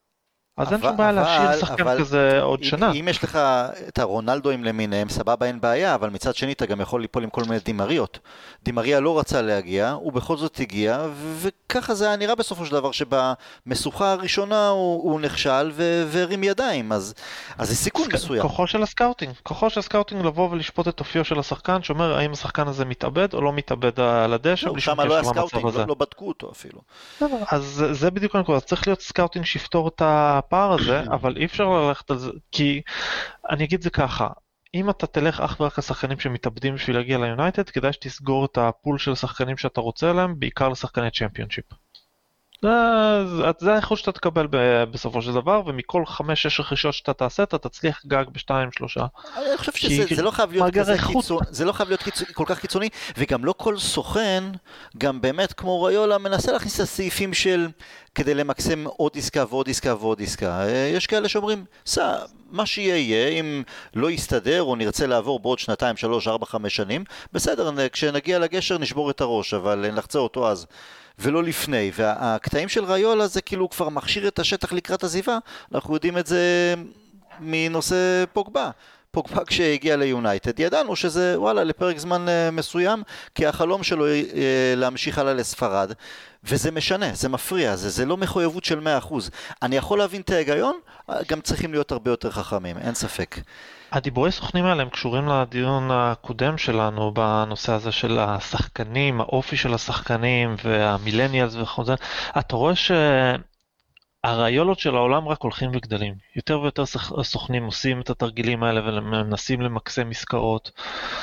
אז אין שום בעיה להשאיר שחקן כזה עוד שנה. אם יש לך את הרונלדוים למיניהם, סבבה אין בעיה, אבל מצד שני אתה גם יכול ליפול עם כל מיני דימריות. דימריה לא רצה להגיע, הוא בכל זאת הגיע, וככה זה היה נראה בסופו של דבר, שבמשוכה הראשונה הוא נכשל והרים ידיים, אז זה סיכון מסוים. כוחו של הסקאוטינג, כוחו של הסקאוטינג לבוא ולשפוט את אופיו של השחקן, שאומר האם השחקן הזה מתאבד או לא מתאבד על הדשא, בלי שום קשר למצב הזה. לא בדקו אותו אפילו. אז זה בדיוק הנקודה, צריך להיות סקאוטינג שיפתור את הפער הזה, אבל אי אפשר ללכת על זה, כי אני אגיד זה ככה, אם אתה תלך אך ורק לשחקנים שמתאבדים בשביל להגיע ליונייטד, כדאי שתסגור את הפול של השחקנים שאתה רוצה להם, בעיקר לשחקני צ'מפיונשיפ. זה האיכות שאתה תקבל בסופו של דבר, ומכל חמש שש רכישות שאתה תעשה, אתה תצליח גג בשתיים שלושה. אני חושב שזה לא חייב להיות כזה קיצוני, זה לא חייב להיות כל כך קיצוני, וגם לא כל סוכן, גם באמת כמו ריולה, מנסה להכניס את הסעיפים של, כדי למקסם עוד עסקה ועוד עסקה ועוד עסקה. יש כאלה שאומרים, סע, מה שיהיה יהיה, אם לא יסתדר או נרצה לעבור בעוד שנתיים, שלוש, ארבע, חמש שנים, בסדר, כשנגיע לגשר נשבור את הראש, אבל נחצה אותו אז. ולא לפני, והקטעים של ריולה זה כאילו כבר מכשיר את השטח לקראת עזיבה, אנחנו יודעים את זה מנושא פוגבה. פוגבה כשהגיע ליונייטד, ידענו שזה וואלה לפרק זמן מסוים, כי החלום שלו להמשיך הלאה לספרד, וזה משנה, זה מפריע, זה, זה לא מחויבות של מאה אחוז. אני יכול להבין את ההיגיון, גם צריכים להיות הרבה יותר חכמים, אין ספק. הדיבורי סוכנים האלה הם קשורים לדיון הקודם שלנו בנושא הזה של השחקנים, האופי של השחקנים והמילניאלס וכל זה. אתה רואה שהרעיולות של העולם רק הולכים וגדלים. יותר ויותר סוכנים עושים את התרגילים האלה ומנסים למקסם עסקאות.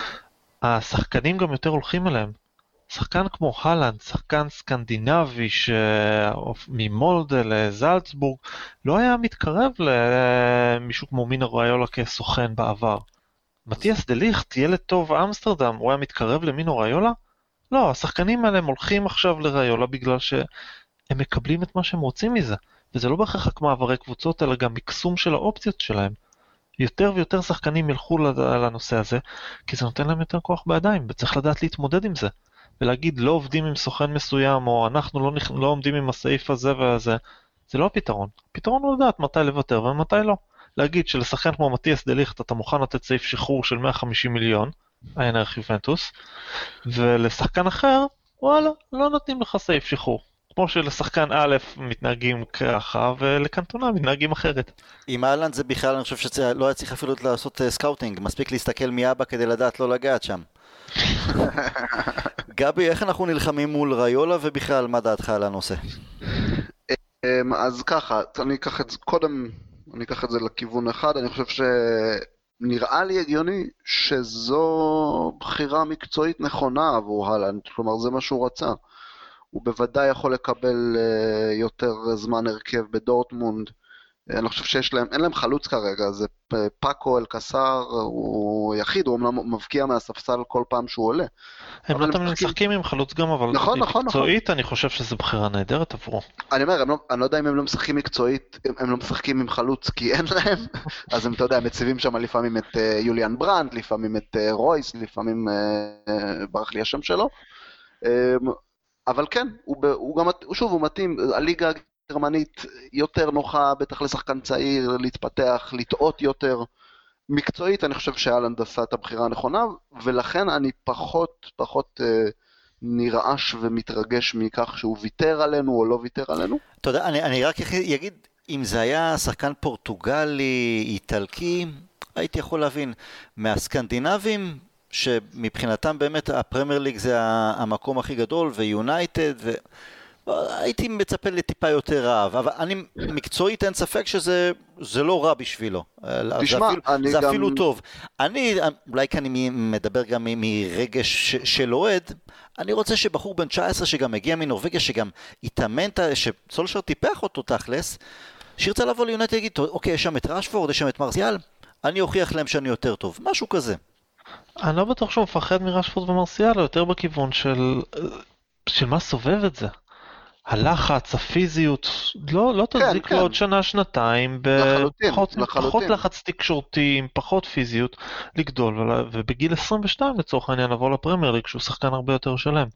השחקנים גם יותר הולכים אליהם. שחקן כמו הלנד, שחקן סקנדינבי ממולדה לזלצבורג, לא היה מתקרב למישהו כמו מינו ריולה כסוכן בעבר. מתיאס דליכט, ילד טוב אמסטרדם, הוא היה מתקרב למינו ריולה? לא, השחקנים האלה הם הולכים עכשיו לריולה בגלל שהם מקבלים את מה שהם רוצים מזה. וזה לא בהכרח רק מעברי קבוצות, אלא גם מקסום של האופציות שלהם. יותר ויותר שחקנים ילכו לנושא הזה, כי זה נותן להם יותר כוח בידיים, וצריך לדעת להתמודד עם זה. ולהגיד לא עובדים עם סוכן מסוים, או אנחנו לא, נכ... לא עומדים עם הסעיף הזה והזה, זה לא הפתרון. הפתרון הוא לדעת מתי לוותר ומתי לא. להגיד שלשחקן כמו מתיאס דליכט אתה מוכן לתת סעיף שחרור של מאה וחמישים מיליון, עין ערך יובנטוס, ולשחקן אחר, וואלה, לא נותנים לך סעיף שחרור. כמו שלשחקן א' מתנהגים ככה, ולקנטונה מתנהגים אחרת. עם אהלנד זה בכלל, אני חושב שלא היה צריך אפילו לעשות סקאוטינג, מספיק להסתכל מאבא כדי לדעת לא לגעת שם. גבי, איך אנחנו נלחמים מול ריולה ובכלל מה דעתך על הנושא? אז ככה, אני אקח את זה, קודם אני אקח את זה לכיוון אחד, אני חושב שנראה לי הגיוני שזו בחירה מקצועית נכונה עבור הלנד, כלומר זה מה שהוא רצה. הוא בוודאי יכול לקבל יותר זמן הרכב בדורטמונד, אני חושב שיש להם, אין להם חלוץ כרגע, זה פאקו אלקסר, הוא יחיד, הוא אמנם מבקיע מהספסל כל פעם שהוא עולה. הם לא תמיד משחקים עם חלוץ גם, אבל נכון, נכון, מקצועית אני חושב שזו בחירה נהדרת עבורו. אני אומר, לא, אני לא יודע אם הם לא משחקים מקצועית, הם, הם לא משחקים עם חלוץ כי אין להם, אז הם, אתה יודע, מציבים שם לפעמים את uh, יוליאן ברנד, לפעמים את uh, רויס, לפעמים uh, ברח לי השם שלו. Um, אבל כן, הוא, הוא גם, שוב, הוא מתאים, הליגה גרמנית יותר נוחה, בטח לשחקן צעיר, להתפתח, לטעות יותר. מקצועית, אני חושב שהלנד עשה את הבחירה הנכונה, ולכן אני פחות, פחות אה, נרעש ומתרגש מכך שהוא ויתר עלינו או לא ויתר עלינו. אתה יודע, אני, אני רק אגיד, אם זה היה שחקן פורטוגלי, איטלקי, הייתי יכול להבין. מהסקנדינבים, שמבחינתם באמת הפרמייר ליג זה המקום הכי גדול, ויונייטד, ו... הייתי מצפה לטיפה יותר רעב, אבל אני מקצועית אין ספק שזה זה לא רע בשבילו. תשמע, זה אפילו, אני זה גם... אפילו טוב. אני, אולי כאן אני מדבר גם מרגש של אוהד, אני רוצה שבחור בן תשע עשרה שגם מגיע מנורווגיה, שגם התאמן, שסולשר טיפח אותו תכלס, שירצה לבוא ליונייטד יגיד, אוקיי, יש שם את רשפורד, יש שם את מרסיאל, אני אוכיח להם שאני יותר טוב. משהו כזה. אני לא בטוח שהוא מפחד מרשפורד ומרסיאל, יותר בכיוון של, של מה סובב את זה. הלחץ, הפיזיות, לא, לא תזיק כן, לו כן. עוד שנה, שנתיים, לחלוטין, בפחות, לחלוטין. פחות לחץ תקשורתי, פחות פיזיות, לגדול, ובגיל עשרים ושתיים לצורך העניין לבוא לפרמייר ליג, שהוא שחקן הרבה יותר שלם.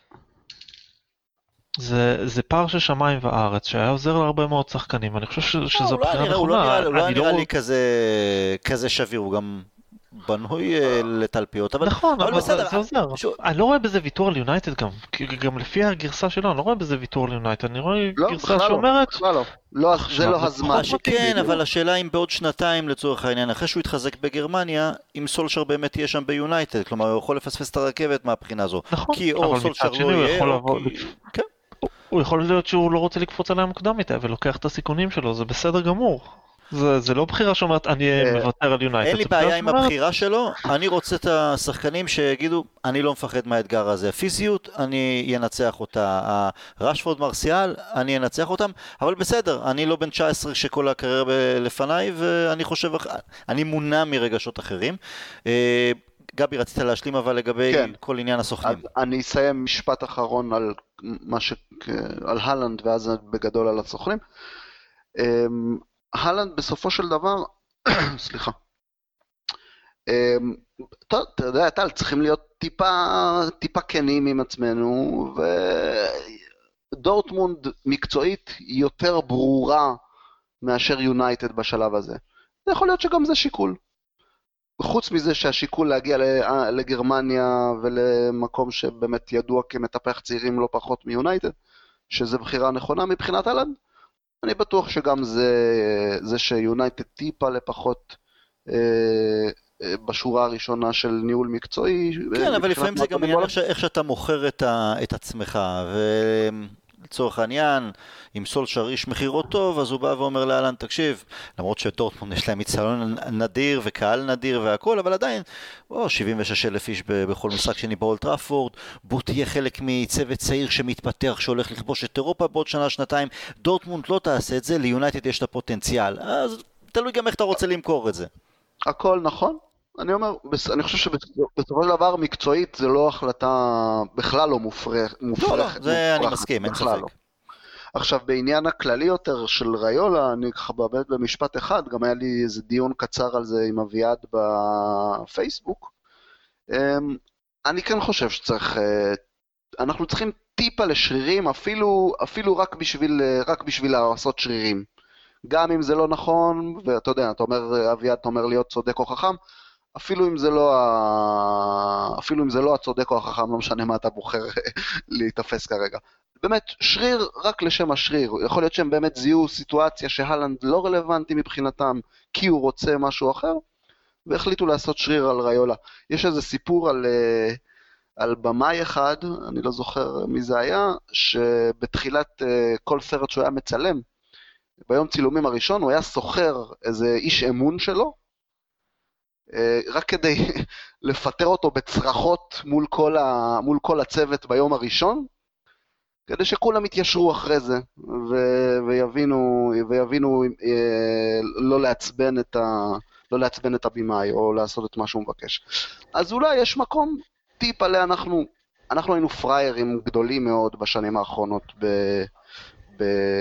זה, זה פער של שמיים וארץ, שהיה עוזר להרבה מאוד שחקנים, אני חושב ש, שזו בחירה נכונה. הוא לא נראה, הוא לא נראה לא... לי כזה, כזה שביר, הוא גם... בנוי לתלפיות, אבל, נכון, אבל אבל בסדר. זה עוזר. שו... אני לא רואה בזה ויתור על יונייטד גם, כי גם לפי הגרסה שלו, אני לא רואה בזה ויתור על יונייטד, אני רואה לא, גרסה שאומרת... לא, לא, לא, זה לא הזמן. שכן, אבל השאלה אם בעוד שנתיים לצורך העניין, אחרי שהוא יתחזק בגרמניה, אם סולשר באמת יהיה שם ביונייטד, כלומר הוא יכול לפספס את הרכבת מהבחינה הזו. נכון, כי אבל או סולשר לא יהיה, או כי... כן. הוא יכול להיות שהוא לא רוצה לקפוץ עליה מוקדם איתה, ולוקח את הסיכונים שלו, זה בסדר גמור. זה, זה לא בחירה שאומרת, אני מוותר על יונייטד. אין לי בעיה עם הבחירה שלו, אני רוצה את השחקנים שיגידו, אני לא מפחד מהאתגר הזה. פיזיות, אני אנצח אותה. רשפורד מרסיאל, אני אנצח אותם, אבל בסדר, אני לא בן תשע עשרה שכל הקריירה לפניי, ואני חושב, אני מונע מרגשות אחרים. גבי, רצית להשלים אבל לגבי כן. כל עניין הסוכנים. אז אני אסיים משפט אחרון על מה ש... על הלנד, ואז בגדול על הסוכנים. הלנד בסופו של דבר, סליחה, טוב, אתה יודע, טל, צריכים להיות טיפה, טיפה כנים עם עצמנו, ודורטמונד מקצועית יותר ברורה מאשר יונייטד בשלב הזה. זה יכול להיות שגם זה שיקול. חוץ מזה שהשיקול להגיע לגרמניה ולמקום שבאמת ידוע כמטפח צעירים לא פחות מיונייטד, שזה בחירה נכונה מבחינת הלנד, אני בטוח שגם זה, זה שיונייטד טיפה לפחות אה, אה, בשורה הראשונה של ניהול מקצועי. כן, אבל לפעמים זה גם עניין איך, איך שאתה מוכר את, ה, את עצמך, ולצורך העניין, אם סולשר איש מחירות טוב, אז הוא בא ואומר לאלן, תקשיב, למרות שדורטמונד יש להם מצלון נדיר וקהל נדיר והכל, אבל עדיין, או, שבעים ושש אלף איש בכל משחק שני באולד טראפורד, בוא תהיה חלק מצוות צעיר שמתפתח, שהולך לכבוש את אירופה בעוד שנה, שנתיים, דורטמונד לא תעשה את זה, ליונייטד יש את הפוטנציאל, אז תלוי גם איך אתה רוצה למכור את זה. הכל נכון. אני אומר, אני חושב שבסופו של דבר מקצועית זה לא החלטה בכלל לא מופרכת. לא, לא, זה אני מסכים, אין ספק. עכשיו, בעניין הכללי יותר של ריולה, אני ככה באמת במשפט אחד, גם היה לי איזה דיון קצר על זה עם אביעד בפייסבוק. אני כן חושב שצריך, אנחנו צריכים טיפה לשרירים, אפילו, אפילו רק בשביל, רק בשביל לעשות שרירים. גם אם זה לא נכון, ואתה יודע, אתה אומר, אביעד, אתה אומר להיות צודק או חכם, אפילו אם זה לא, אפילו אם זה לא הצודק או החכם, לא משנה מה אתה בוחר להתאפס כרגע. באמת, שריר רק לשם השריר. יכול להיות שהם באמת זיהו סיטואציה שהלנד לא רלוונטי מבחינתם, כי הוא רוצה משהו אחר, והחליטו לעשות שריר על ריולה. יש איזה סיפור על, על במאי אחד, אני לא זוכר מי זה היה, שבתחילת כל סרט שהוא היה מצלם, ביום צילומים הראשון הוא היה סוחר איזה איש אמון שלו, רק כדי לפטר אותו בצרחות מול כל, ה... מול כל הצוות ביום הראשון, כדי שכולם יתיישרו אחרי זה, ו... ויבינו, ויבינו אה, לא לעצבן את ה... לא לעצבן את הבימאי, או לעשות את מה שהוא מבקש. אז אולי יש מקום טיפ עליה, אנחנו, אנחנו היינו פריירים גדולים מאוד בשנים האחרונות ב... ב...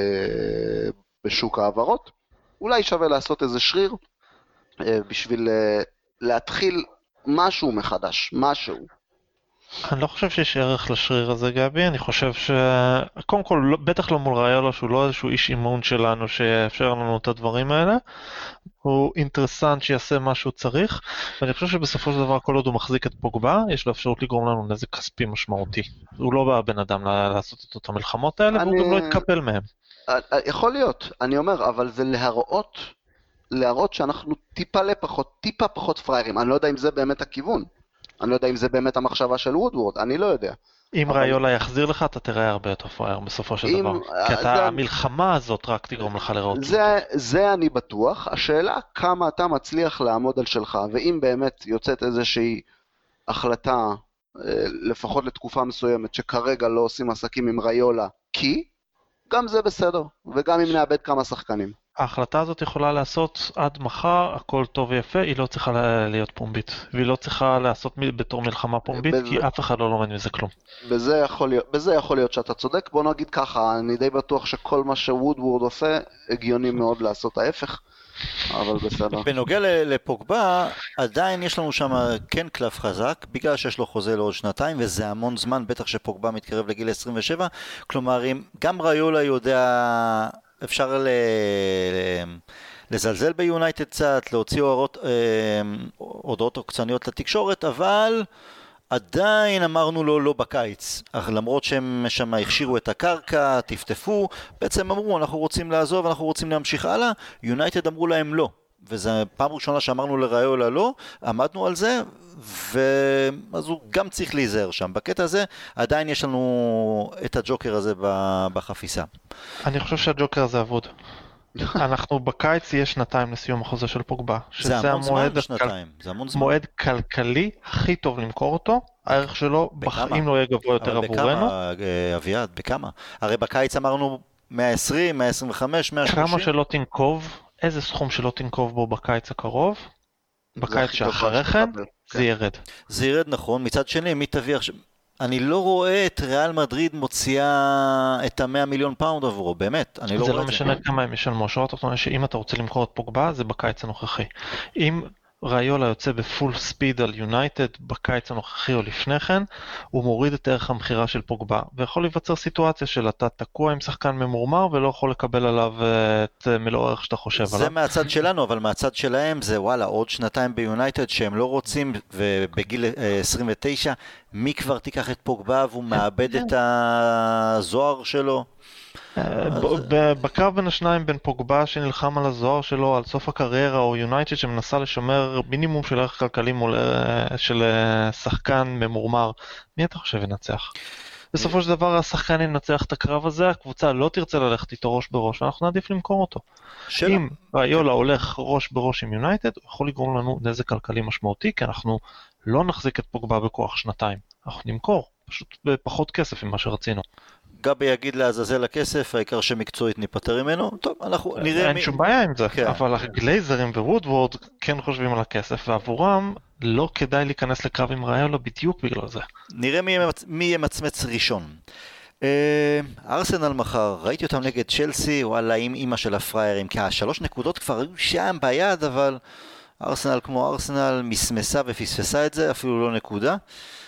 בשוק העברות, אולי שווה לעשות איזה שריר, בשביל להתחיל משהו מחדש, משהו. אני לא חושב שיש ערך לשריר הזה, גבי, אני חושב ש... קודם כל, בטח לא מול ריולה, שהוא לא איזשהו איש אימון שלנו שיאפשר לנו את הדברים האלה, הוא אינטרסנט שיעשה מה שהוא צריך, ואני חושב שבסופו של דבר כל עוד הוא מחזיק את פוגבה, יש לו אפשרות לגרום לנו נזק כספי משמעותי. הוא לא בא בן אדם לעשות את אותם מלחמות האלה, אני... והוא גם לא יתקפל מהם. יכול להיות, אני אומר, אבל זה להראות, להראות שאנחנו טיפה לפחות, טיפה פחות פריירים. אני לא יודע אם זה באמת הכיוון. אני לא יודע אם זה באמת המחשבה של וודוורד, אני לא יודע. אם אבל... ריולה יחזיר לך, אתה תראה הרבה יותר פרייר בסופו של אם... דבר. כי אתה, זה... המלחמה הזאת רק תגרום לך לראות. זה, זה אני בטוח. השאלה כמה אתה מצליח לעמוד על שלך, ואם באמת יוצאת איזושהי החלטה, לפחות לתקופה מסוימת, שכרגע לא עושים עסקים עם ריולה, כי... גם זה בסדר, וגם אם נאבד כמה שחקנים. ההחלטה הזאת יכולה לעשות עד מחר, הכל טוב ויפה, היא לא צריכה להיות פומבית, והיא לא צריכה לעשות בתור מלחמה פומבית, בזה, כי אף אחד לא לומד מזה כלום. בזה יכול להיות, בזה יכול להיות שאתה צודק, בוא נגיד ככה, אני די בטוח שכל מה שוודוורד עושה, הגיוני מאוד לעשות ההפך, אבל בסדר. בנוגע לפוגבה, עדיין יש לנו שם כן קלף חזק, בגלל שיש לו חוזה לעוד שנתיים, וזה המון זמן, בטח שפוגבה מתקרב לגיל עשרים ושבע, כלומר, גם ריולה יודע, אפשר ל... לזלזל ביונייטד קצת, להוציא הוראות, הודעות עוקצניות לתקשורת, אבל עדיין אמרנו לו לא בקיץ, אך למרות שהם שם הכשירו את הקרקע, תפתפו, בעצם אמרו אנחנו רוצים לעזוב, אנחנו רוצים להמשיך הלאה, יונייטד אמרו להם לא, וזו פעם ראשונה שאמרנו לריולה לא, עמדנו על זה, ואז הוא גם צריך להיזהר שם. בקטע הזה עדיין יש לנו את הג'וקר הזה בחפיסה. אני חושב שהג'וקר הזה עבוד. אנחנו בקיץ יהיה שנתיים לסיום החוזה של פוגבה. זה המון זמן שנתיים, זה המון זמן. מועד כלכלי הכי טוב למכור אותו, הערך שלו בחיים לא יהיה גבוה יותר עבורנו. בכמה, אביעד, בכמה? הרי בקיץ אמרנו מאה ועשרים, מאה עשרים וחמש, מאה ושלושים. כמה שלא תנקוב, איזה סכום שלא תנקוב בו בקיץ הקרוב, בקיץ שאחרי כן, זה ירד. זה ירד נכון, מצד שני, מי תביא עכשיו... אני לא רואה את ריאל מדריד מוציאה את ה-מאה מיליון פאונד עבורו, באמת, אני לא רואה את זה. זה לא משנה כמה הם ישלמו, שעות תחתונה שאם אתה רוצה למכור את פוגבה, זה בקיץ הנוכחי. אם ראיולה יוצא בפול ספיד על יונייטד בקיץ הנוכחי או לפני כן, הוא מוריד את ערך המחירה של פוגבה, ויכול להיווצר סיטואציה של אתה תקוע עם שחקן ממורמר, ולא יכול לקבל עליו את מלוא הערך שאתה חושב עליו. זה מהצד שלנו, אבל מהצד שלהם זה וואלה, עוד שנתיים ביונייטד שהם לא רוצים, ובגיל עשרים ותשע, מי כבר תיקח את פוגבה, והוא מאבד את הזוהר שלו? בקרב בין השניים, בין פוגבה שנלחם על הזוהר שלו על סוף הקריירה, או יונייטד שמנסה לשמר מינימום של ערך כלכלי מול של שחקן ממורמר, מי אתה חושב ינצח? בסופו של דבר השחקן ינצח את הקרב הזה, הקבוצה לא תרצה ללכת איתו ראש בראש, ואנחנו נעדיף למכור אותו. אם ראיולה הולך ראש בראש עם יונייטד, הוא יכול לגרום לנו נזק כלכלי משמעותי, כי אנחנו לא נחזיק את פוגבה בכוח שנתיים, אנחנו נמכור, פשוט בפחות כסף ממה שרצינו. גבי יגיד לעזאזל הכסף, העיקר שמקצועית ניפטר ממנו, טוב, אנחנו נראה... אין שום בעיה עם זה, אבל הגלייזרים ווודוורד כן חושבים על הכסף, ועבורם לא כדאי להיכנס לקרב עם ראיולה בדיוק בגלל זה. נראה מי ימצמץ ראשון. ארסנל מחר, ראיתי אותם נגד צ'לסי, וואלה, עם אמא של הפריירים, כי השלוש נקודות כבר היו שם ביד, אבל ארסנל כמו ארסנל מסמסה ופספסה את זה, אפילו לא נקודה.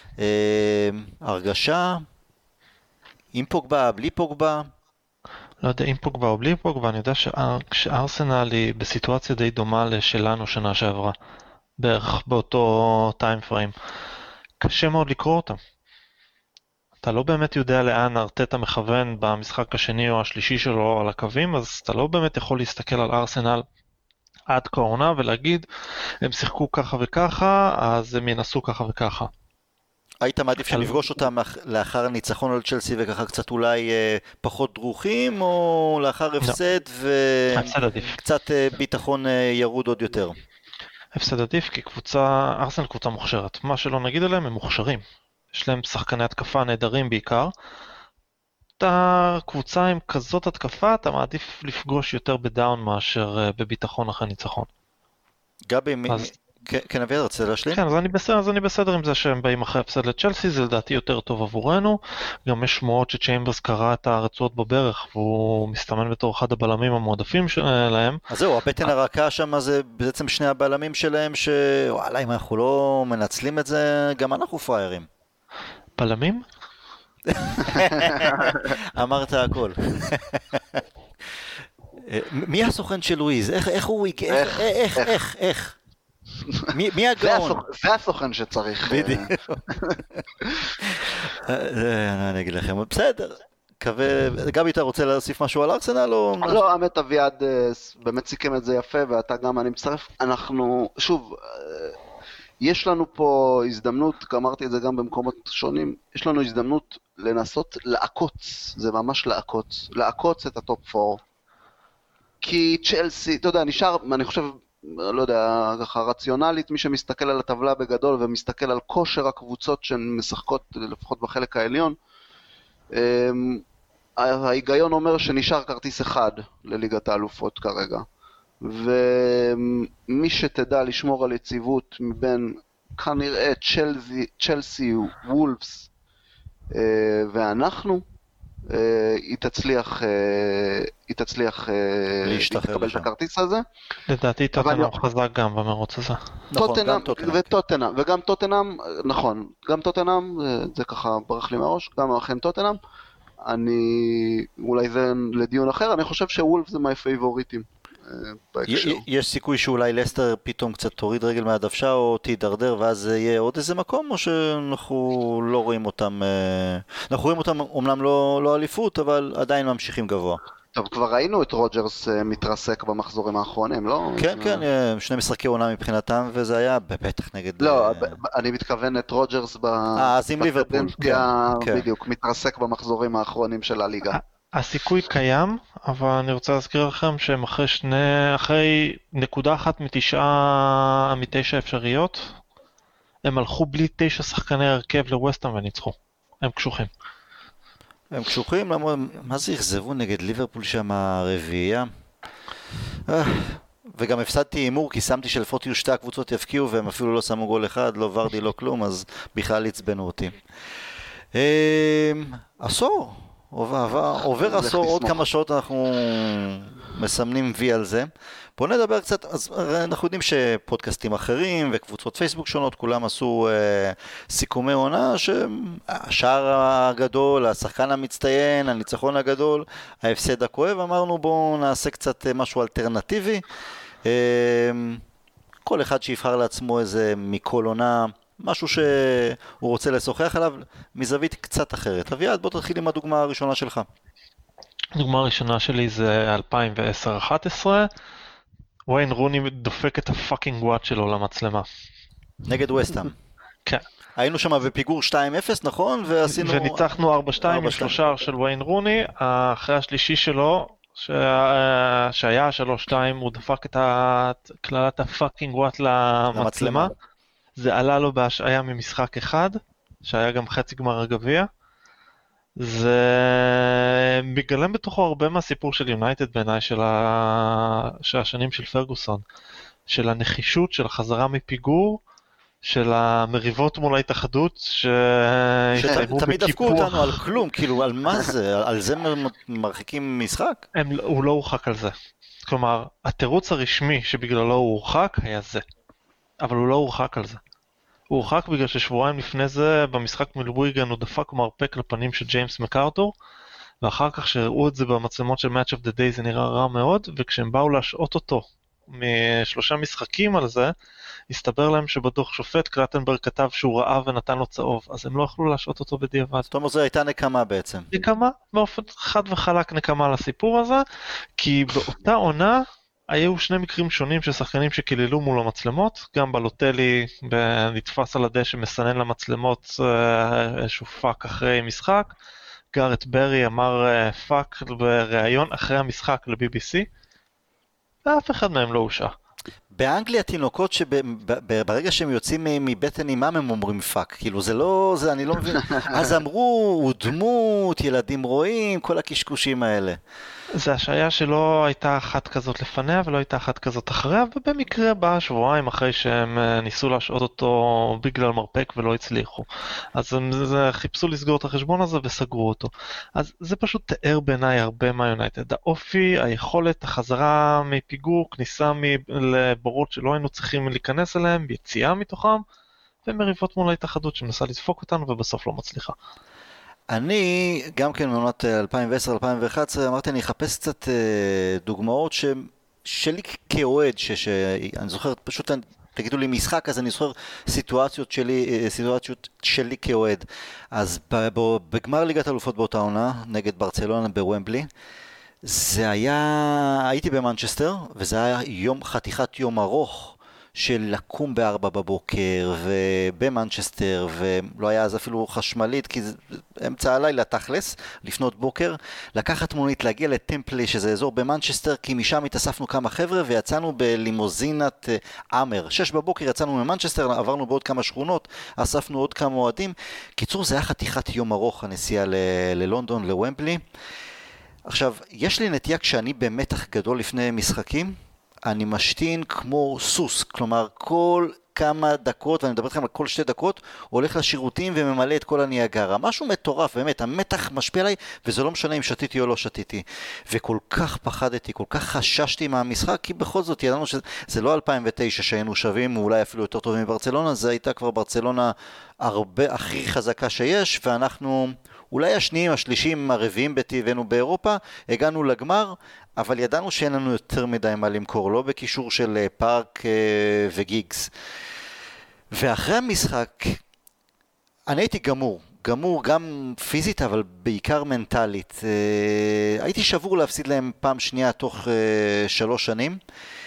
הרגשה... עם פוגבה, בלי פוגבה? לא יודע, עם פוגבה או בלי פוגבה, אני יודע שארסנל היא בסיטואציה די דומה לשלנו שנה שעברה, בערך באותו טיים פריים. קשה מאוד לקרוא אותם. אתה לא באמת יודע לאן ארטטה מכוון במשחק השני או השלישי שלו על הקווים, אז אתה לא באמת יכול להסתכל על ארסנל עד כעונה ולהגיד, הם שיחקו ככה וככה, אז הם ינסו ככה וככה. היית מעדיף שנפגוש אותם לאחר הניצחון על צ'לסי וככה קצת אולי פחות דרוכים, או לאחר הפסד וקצת ביטחון ירוד עוד יותר? הפסד עדיף, כי קבוצה, ארסנל קבוצה מוכשרת. מה שלא נגיד עליהם, הם מוכשרים. יש להם שחקני התקפה נהדרים בעיקר. אתה קבוצה עם כזאת התקפה, אתה מעדיף לפגוש יותר בדאון מאשר בביטחון אחרי ניצחון. גבי, מי... כן, אביעד, רוצה להשלים? כן, אז אני בסדר, אז אני בסדר עם זה שהם באים אחרי הפסד לצ'לסי, זה לדעתי יותר טוב עבורנו. גם יש שמועות שצ'יימברס קרא את הרצועות בברך, והוא מסתמן בתור אחד הבלמים המועדפים שלהם. אז זהו, הבטן הרכה שם זה בעצם שני הבלמים שלהם, שוואלה, אם אנחנו לא מנצלים את זה, גם אנחנו פריירים. בלמים? אמרת הכל. מי הסוכן של לואיז? איך הוא... איך, איך, איך, איך? מי, מי הגאון? זה הסוכן שצריך. בדיוק. אני אגיד לכם, בסדר. גבי, אתה רוצה להוסיף משהו על ארסנל או... לא, האמת אביעד באמת סיכם את זה יפה, ואתה גם אני מצטרף. אנחנו, שוב, יש לנו פה הזדמנות, אמרתי את זה גם במקומות שונים, יש לנו הזדמנות לנסות לעקוץ, זה ממש לעקוץ, לעקוץ את הטופ ארבע. כי צ'לסי, אתה יודע, נשאר, אני חושב... לא יודע, ככה רציונלית, מי שמסתכל על הטבלה בגדול ומסתכל על כושר הקבוצות שהן משחקות לפחות בחלק העליון, ההיגיון אומר שנשאר כרטיס אחד לליגת האלופות כרגע, ומי שתדע לשמור על יציבות מבין כנראה צ'לסי, צ'לסי, וולפס ואנחנו, היא תצליח היא תצליח להתקבל את הכרטיס הזה. לדעתי טוטנהאם חזק גם במרוץ הזה. טוטנהאם וטוטנהאם וגם טוטנהאם, נכון, גם טוטנהאם, זה ככה ברח לי מהראש, גם אכן טוטנהאם. אני, אולי זה לדיון אחר, אני חושב שוולף זה מהפייבוריטים. יש סיכוי שאולי לסטר פתאום קצת תוריד רגל מהדוושה או תידרדר ואז יהיה עוד איזה מקום, או שאנחנו לא רואים אותם, אנחנו רואים אותם אומנם לא, לא אליפות, אבל עדיין ממשיכים גבוה. טוב, כבר ראינו את רוג'רס מתרסק במחזורים האחרונים, לא? כן, כן, שני משחקי עונה מבחינתם, וזה היה בטח נגד... לא, אני מתכוון את רוג'רס אה, אז עם ליברפול, בדיוק, מתרסק במחזורים האחרונים של הליגה. הסיכוי קיים, אבל אני רוצה להזכיר לכם שהם אחרי שני, אחרי נקודה אחת מתשעה, מתשע אפשריות, הם הלכו בלי תשע שחקני הרכב לווסטהאם וניצחו. הם קשוחים. הם קשוחים, למרות, מה זה יחזבו נגד ליברפול שם הרביעייה? וגם הפסדתי אימור, כי שמתי שלפחות יהיו שתי הקבוצות יפקיעו, והם אפילו לא שמו גול אחד, לא ורדי, לא כלום, אז בכלל הצבנו אותי. עשור, עובר עשור, עוד כמה שעות אנחנו מסמנים וי על זה. בואו נדבר קצת, אז אנחנו יודעים שפודקאסטים אחרים וקבוצות פייסבוק שונות, כולם עשו אה, סיכומי עונה, שהשער הגדול, השחקן המצטיין, הניצחון הגדול, ההפסד הכואב, אמרנו בואו נעשה קצת משהו אלטרנטיבי, אה, כל אחד שיבחר לעצמו איזה מכל עונה, משהו שהוא רוצה לשוחח עליו, מזווית קצת אחרת. אביעד, בוא תתחיל עם הדוגמה הראשונה שלך. הדוגמה הראשונה שלי זה אלפיים ועשר אחת עשרה, וויין רוני דופק את הפאקינג וואט שלו למצלמה. נגד ווסטהאם. כן. היינו שם בפיגור שתיים אפס, נכון? ועשינו... וניצחנו ארבע שתיים עם שלושה של וויין רוני, אחרי השלישי שלו, שהיה שלוש שתיים, הוא דפק את כללת הפאקינג וואט למצלמה. זה עלה לו בהשעיה ממשחק אחד, שהיה גם חצי גמר הגביע. זה מגלם בתוכו הרבה מהסיפור של יונייטד בעיניי, של, ה... של השנים של פרגוסון, של הנחישות, של החזרה מפיגור, של המריבות מול ההתאחדות, שהסתיימו בקיפוח. תמיד דפקו אותנו על כלום, כאילו על מה זה? על זה מרחיקים משחק? הם, הוא לא הורחק על זה. כלומר, התירוץ הרשמי שבגללו הוא הורחק היה זה, אבל הוא לא הורחק על זה. הוא הורחק בגלל ששבועיים לפני זה, במשחק מול וויגן, הוא דפק מרפק לפנים של ג'יימס מקארתור, ואחר כך שראו את זה במצלמות של Match of the Day זה נראה רע מאוד, וכשהם באו להשעות אותו משלושה משחקים על זה, הסתבר להם שבדוח שופט קלטנברג כתב שהוא ראה ונתן לו צהוב, אז הם לא יכלו להשעות אותו בדיעבד. זאת אומרת, זו הייתה נקמה בעצם. נקמה, באופן חד וחלק נקמה לסיפור הזה, כי באותה עונה, היו שני מקרים שונים של שחקנים שכללו מול המצלמות, גם בלוטלי נתפס על הדשא מסנן למצלמות איזשהו פאק אחרי משחק, גארט ברי אמר פאק בראיון אחרי המשחק ל-בי בי סי, ואף אחד מהם לא הושע. באנגליה תינוקות שברגע שהם יוצאים מבטן אימם הם אומרים פאק, כאילו זה לא, זה אני לא מבין, אז אמרו, הוא דמות, ילדים רואים, כל הקשקושים האלה. זה השעיה שלא הייתה אחת כזאת לפניה ולא הייתה אחת כזאת אחריה, ובמקרה בא שבועיים אחרי שהם ניסו להשעות אותו בגלל מרפק ולא הצליחו. אז הם זה, חיפשו לסגור את החשבון הזה וסגרו אותו. אז זה פשוט תיאר בעיניי הרבה מהיונייטד. האופי, היכולת, החזרה מפיגור, כניסה לבורות שלא היינו צריכים להיכנס אליהם, יציאה מתוכם, ומריבות מול ההתאחדות שמנסה לדפוק אותנו ובסוף לא מצליחה. אני, גם כן מעונת אלפיים ועשר אלפיים ואחת עשרה, אמרתי, אני אחפש קצת דוגמאות ש... שלי כאוהד, ש... שאני זוכר, פשוט תגידו לי משחק, אז אני זוכר סיטואציות שלי, סיטואציות שלי כאוהד. אז בגמר ליגת אלופות באותה עונה, נגד ברצלונה בוומבלי, זה היה, הייתי במנצ'סטר, וזה היה יום, חתיכת יום ארוך, של לקום בארבע בבוקר ובמנצ'סטר, ולא היה אז אפילו חשמלית, כי זה אמצע הלילה תכלס, לפנות בוקר, לקחת מונית, להגיע לטמפלי, שזה אזור במנצ'סטר, כי משם התאספנו כמה חבר'ה, ויצאנו בלימוזינת אמר. שש בבוקר יצאנו ממנצ'סטר, עברנו בעוד כמה שכונות, אספנו עוד כמה מועדים. קיצור, זה היה חתיכת יום ארוך, הנסיעה ל- ללונדון, לוומבלי. עכשיו, יש לי נטייה כשאני במתח גדול לפני משחקים, אני משתין כמו סוס, כלומר כל כמה דקות, ואני מדבר לכם על כל שתי דקות, הולך לשירותים וממלא את כל הניאגרה. משהו מטורף, באמת, המתח משפיע עליי, וזה לא משנה אם שתיתי או לא שתיתי. וכל כך פחדתי, כל כך חששתי מהמשחק, כי בכל זאת ידענו שזה לא אלפיים ותשע שהיינו שווים, אולי אפילו יותר טובים מברצלונה, זה הייתה כבר ברצלונה הרבה הכי חזקה שיש, ואנחנו אולי השניים, השלישים, הרביעים בטבענו באירופה, הגענו לגמר, אבל ידענו שאין לנו יותר מדי מה למכור, לא בקישור של פארק וגיגס. ואחרי המשחק, אני הייתי גמור, גמור גם פיזית, אבל בעיקר מנטלית. הייתי שבור להפסיד להם פעם שנייה תוך שלוש שנים,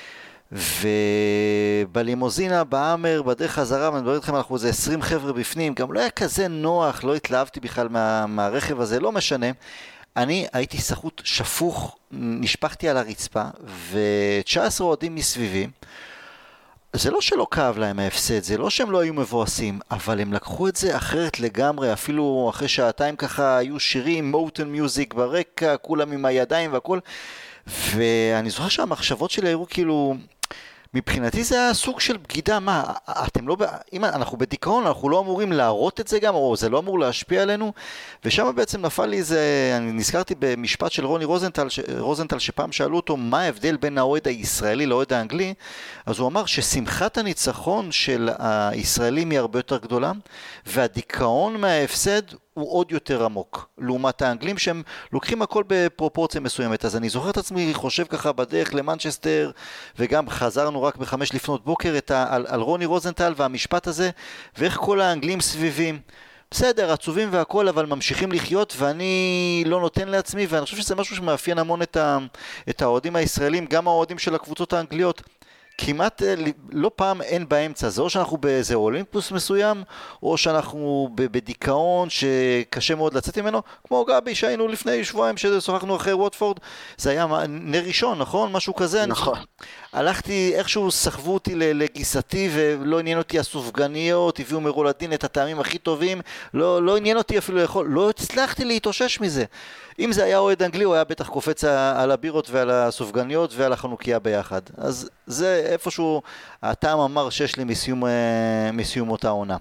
ובלימוזינה, באמר, בדרך חזרה, ואני מדבר איתכם, אנחנו איזה עשרים חבר'ה בפנים, גם לא היה כזה נוח, לא התלהבתי בכלל מה, מהרכב הזה, לא משנה. אני הייתי סחוט שפוך, נשפחתי על הרצפה, ו-תשע עשרה אוהדים מסביבי, זה לא שלא כאב להם ההפסד, זה לא שהם לא היו מבואסים, אבל הם לקחו את זה אחרת לגמרי, אפילו אחרי שעתיים ככה היו שירים, מוטון מיוזיק ברקע, כולם עם הידיים והכל, ואני זוכר שהמחשבות שלי היו כאילו, מבחינתי זה היה סוג של בגידה, מה, אתם לא, אם אנחנו בדיכאון, אנחנו לא אמורים להראות את זה גם, או זה לא אמור להשפיע עלינו, ושם בעצם נפל לי זה, אני נזכרתי במשפט של רוני רוזנטל, רוזנטל שפעם שאלו אותו, מה ההבדל בין האוהד הישראלי לאוהד האנגלי, אז הוא אמר ששמחת הניצחון של הישראלים היא הרבה יותר גדולה, והדיכאון מההפסד הוא עוד יותר עמוק, לעומת האנגלים שהם לוקחים הכל בפרופורציה מסוימת. אז אני זוכר את עצמי חושב ככה בדרך למנצ'סטר, וגם חזרנו רק בחמש לפנות בוקר את ה, על, על רוני רוזנטל והמשפט הזה, ואיך כל האנגלים סביבים. בסדר, עצובים והכל, אבל ממשיכים לחיות, ואני לא נותן לעצמי, ואני חושב שזה משהו שמאפיין המון את, ה, את האוהדים הישראלים, גם האוהדים של הקבוצות האנגליות. כמעט לא פעם אין באמצע, זה או שאנחנו באיזה אולימפוס מסוים, או שאנחנו בדיכאון שקשה מאוד לצאת ממנו, כמו גבי שהיינו לפני שבועיים ששוחחנו אחרי ווטפורד, זה היה נר ראשון, נכון? משהו כזה. נכון. אני... הלכתי, איכשהו סחבו אותי לגיסתי, ולא עניין אותי הסופגניות, הביאו מרולדין את הטעמים הכי טובים, לא, לא עניין אותי אפילו לאכול, לא הצלחתי להתאושש מזה. אם זה היה אוהד אנגלי, הוא היה בטח קופץ על הבירות ועל הסופגניות ועל החנוכיה ביחד. אז זה איפשהו הטעם אמר שיש לי מסיום, מסיום אותה עונה.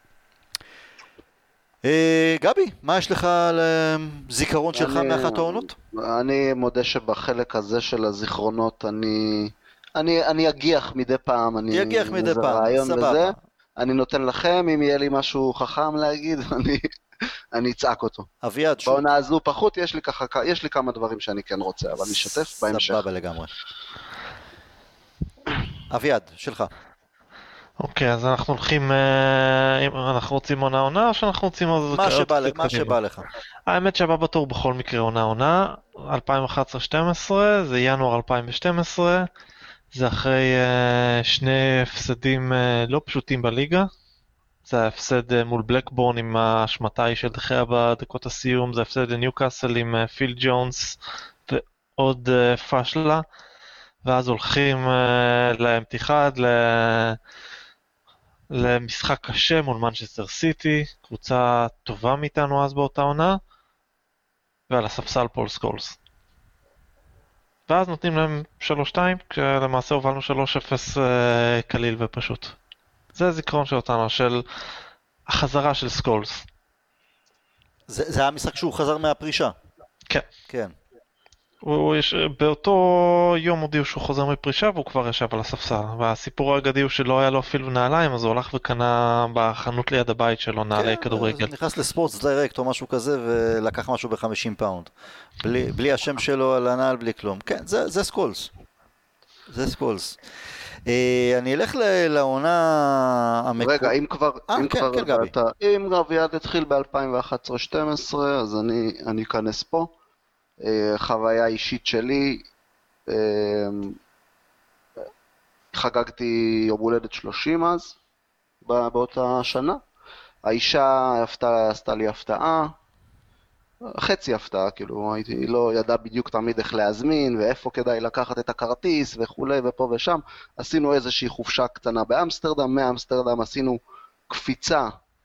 גבי, מה יש לך לזיכרון שלך מאחת העונות? אני מודה שבחלק הזה של הזיכרונות אני, אני, אני אגיח מדי פעם. אני יגיח מדי פעם, סבבה. בזה. אני נותן לכם, אם יהיה לי משהו חכם להגיד, אני... אני אצעק אותו. אביעד, שוב. בעונה הזו פחות, יש לי, ככה, יש לי כמה דברים שאני כן רוצה, אבל נשתף בהמשך. סבבה לגמרי. אביעד, שלך. אוקיי, אז אנחנו הולכים, אנחנו רוצים עונה עונה, או שאנחנו רוצים... מה שבא, מה שבא לך. האמת שהבא בתור בכל מקרה עונה עונה, אלפיים ואחת עשרה שתים עשרה, זה ינואר אלפיים ושתים עשרה, זה אחרי שני הפסדים לא פשוטים בליגה, זה ההפסד מול בלקבורן עם השמטאי של דחיה בדקות הסיום, זה ההפסד לניוקאסל עם פיל ג'ונס ועוד פשלה, ואז הולכים לאמתיחד, למשחק קשה מול מנצ'סטר סיטי, קבוצה טובה מאיתנו אז באותה עונה, ועל הספסל פול סקולס. ואז נותנים להם שלוש שתיים, כשלמעשה הובלנו שלוש אפס קליל ופשוט. זה הזיכרון של אותנו, של החזרה של סקולס. זה, זה היה משחק שהוא חזר מהפרישה? כן. כן. הוא, הוא יש, באותו יום הודיעו שהוא חוזר מפרישה, והוא כבר ישב על הספסל. והסיפור האגדי הוא שלא היה לו אפילו נעליים, אז הוא הלך וקנה בחנות ליד הבית שלו נעלי כן, כדורגל. כן, נכנס לספורטס דיירקט או משהו כזה, ולקח משהו ב-חמישים פאונד. בלי, בלי השם שלו על הנעל, בלי כלום. כן, זה, זה סקולס. זה סקולס. אני אלך לעונה המקור... רגע, אם כבר, אם כן, כבר, כן, גבי. אתה, אם אביעד התחיל ב-אלפיים ואחת עשרה שתים עשרה, אז אני, אני אכנס פה. חוויה אישית שלי, חגגתי יום הולדת שלושים אז, באותה שנה. האישה עשתה, עשתה לי הפתעה, חצי הפתעה, כאילו, הייתי לא ידע בדיוק תמיד איך להזמין, ואיפה כדאי לקחת את הכרטיס, וכולי, ופה ושם. עשינו איזושהי חופשה קטנה באמסטרדם, מאמסטרדם עשינו קפיצה.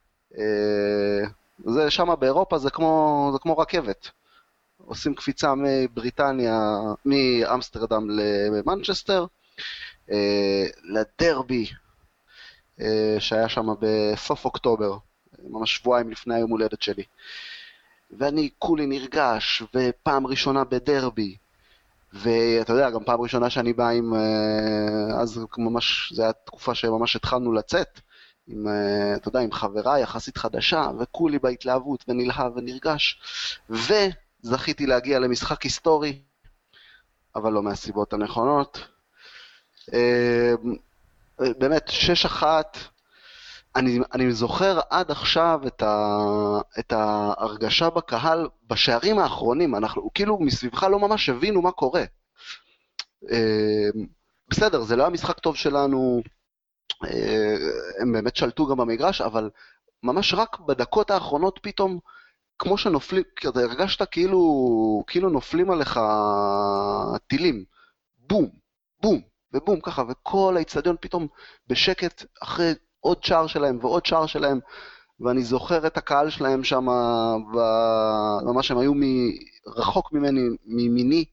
זה שם באירופה, זה כמו, זה כמו רכבת. עושים קפיצה מבריטניה, מאמסטרדם למנצ'סטר, לדרבי, שהיה שם בסוף אוקטובר, ממש שבועיים לפני היום הולדת שלי. ואני כולי נרגש, ופעם ראשונה בדרבי, ואתה יודע, גם פעם ראשונה שאני בא עם, אז ממש, זו הייתה תקופה שממש התחלנו לצאת, עם, אתה יודע, עם חברה יחסית חדשה, וכולי בהתלהבות, ונלהב ונרגש, וזכיתי להגיע למשחק היסטורי, אבל לא מהסיבות הנכונות. באמת, שש אחת, אני, אני זוכר עד עכשיו את, ה, את ההרגשה בקהל בשערים האחרונים, אנחנו כאילו מסביבך לא ממש הבינו מה קורה. בסדר, זה לא היה משחק טוב שלנו, הם באמת שלטו גם במגרש, אבל ממש רק בדקות האחרונות פתאום כמו שנופלים, אתה הרגשת כאילו, כאילו נופלים עליך טילים, בום, בום, ובום, ככה, וכל האצטדיון פתאום בשקט, אחרי עוד שער שלהם ועוד שער שלהם, ואני זוכר את הקהל שלהם שם, ממש הם היו רחוק ממני, מימיני,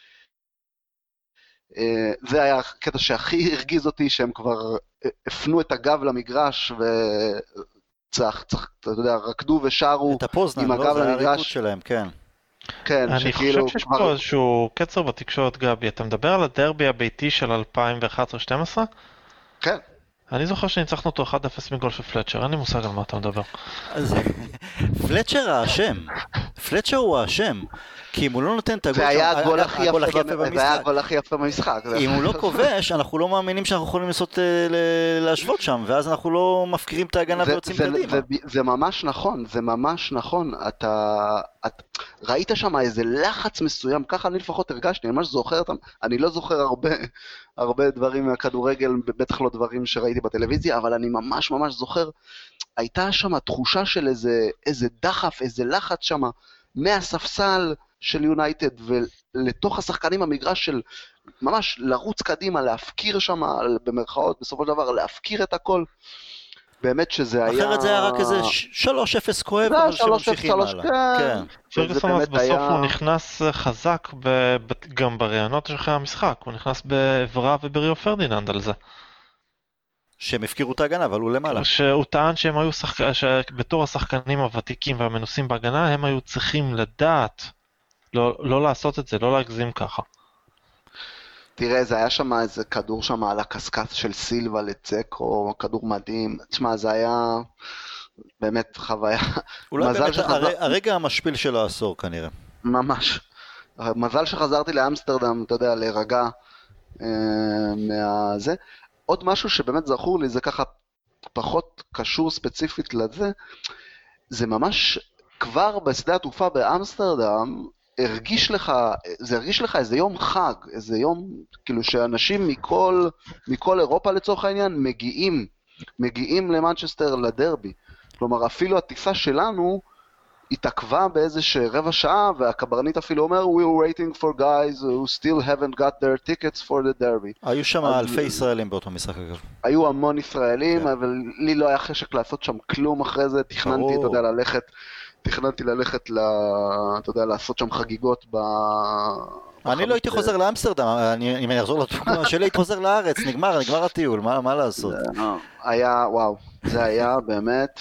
זה היה הקטע שהכי הרגיז אותי, שהם כבר הפנו את הגב למגרש, וצריך, צריך, אתה יודע, רקדו ושרו עם הגב לא, למגרש. שלהם, כן. כן, אני שכאילו חושב שיש כבר... פה איזשהו קצר בתקשורת, גבי. אתה מדבר על הדרבי הביתי של אלפיים ואחת עשרה שתים עשרה? כן. אני זוכר שניצחנו אותו אחד אפס מגול של פלצ'ר, אין לי מושג על מה אתה מדבר. אז פלצ'ר האשם, פלצ'ר הוא האשם, כי אם הוא לא נותן את הגול, זה היה הגול הכי יפה במשחק. זה היה הגול הכי יפה במשחק. אם הוא לא כובש, אנחנו לא מאמינים שאנחנו יכולים לנסות להשוות שם, ואז אנחנו לא מפקירים את ההגנה ויוצאים קדימה. זה ממש נכון, זה ממש נכון. אתה ראית שם איזה לחץ מסוים, ככה אני לפחות הרגשתי, אני ממש זוכר, אני לא זוכר הרבה הרבה דברים מהכדורגל, בטח לא דברים שראיתי בטלוויזיה, אבל אני ממש ממש זוכר, הייתה שם תחושה של איזה, איזה דחף, איזה לחץ שם, מהספסל של יונייטד, ולתוך השחקנים המגרש של, ממש לרוץ קדימה, להפקיר שם, במרכאות, בסופו של דבר, להפקיר את הכל, באמת שזה היה... אחרת זה היה רק איזה שלוש אפס כואב, אבל שממשיכים הלאה. כן. פרגוסון בסוף הוא נכנס חזק גם ברעיונות של המשחק, הוא נכנס בברא ובריו פרדיננד על זה. שהם הפקירו את ההגנה, אבל הוא למעלה. שהוא טען שהם היו שחק... שבתור השחקנים הוותיקים והמנוסים בהגנה, הם היו צריכים לדעת לא, לא לעשות את זה, לא להגזים ככה. תראה, זה היה שם איזה כדור שם על הקסקס של סילבה לצק, או כדור מדהים. תשמע, זה היה באמת חוויה. אולי באמת שחזר... הרגע המשפיל של העשור כנראה. ממש. מזל שחזרתי לאמסטרדם, אתה יודע, להירגע אה, מהזה. עוד משהו שבאמת זכור לי, זה ככה פחות קשור ספציפית לזה, זה ממש כבר בשדה התעופה באמסטרדם, הרגיש לך, זה הרגיש לך איזה יום חג, איזה יום, כאילו שאנשים מכל, מכל אירופה לצורך העניין, מגיעים, מגיעים למנצ'סטר לדרבי. כלומר, אפילו הטיסה שלנו, התעכבה באיזושהי רבע שעה, והקברניט אפילו אומר, we were waiting for guys who still haven't got their tickets for the derby. היו שם אלפי ישראלים באותו משחק אגב. היו המון ישראלים, אבל לי לא היה חשק לעשות שם כלום אחרי זה, תכננתי, אתה יודע, ללכת, תכננתי ללכת, אתה יודע, לעשות שם חגיגות ב... אני לא הייתי חוזר לאמסטרדם, אם אני אחזור לתקופה שלי, הייתי חוזר לארץ, נגמר, נגמר הטיול, מה לעשות? היה, וואו, זה היה באמת...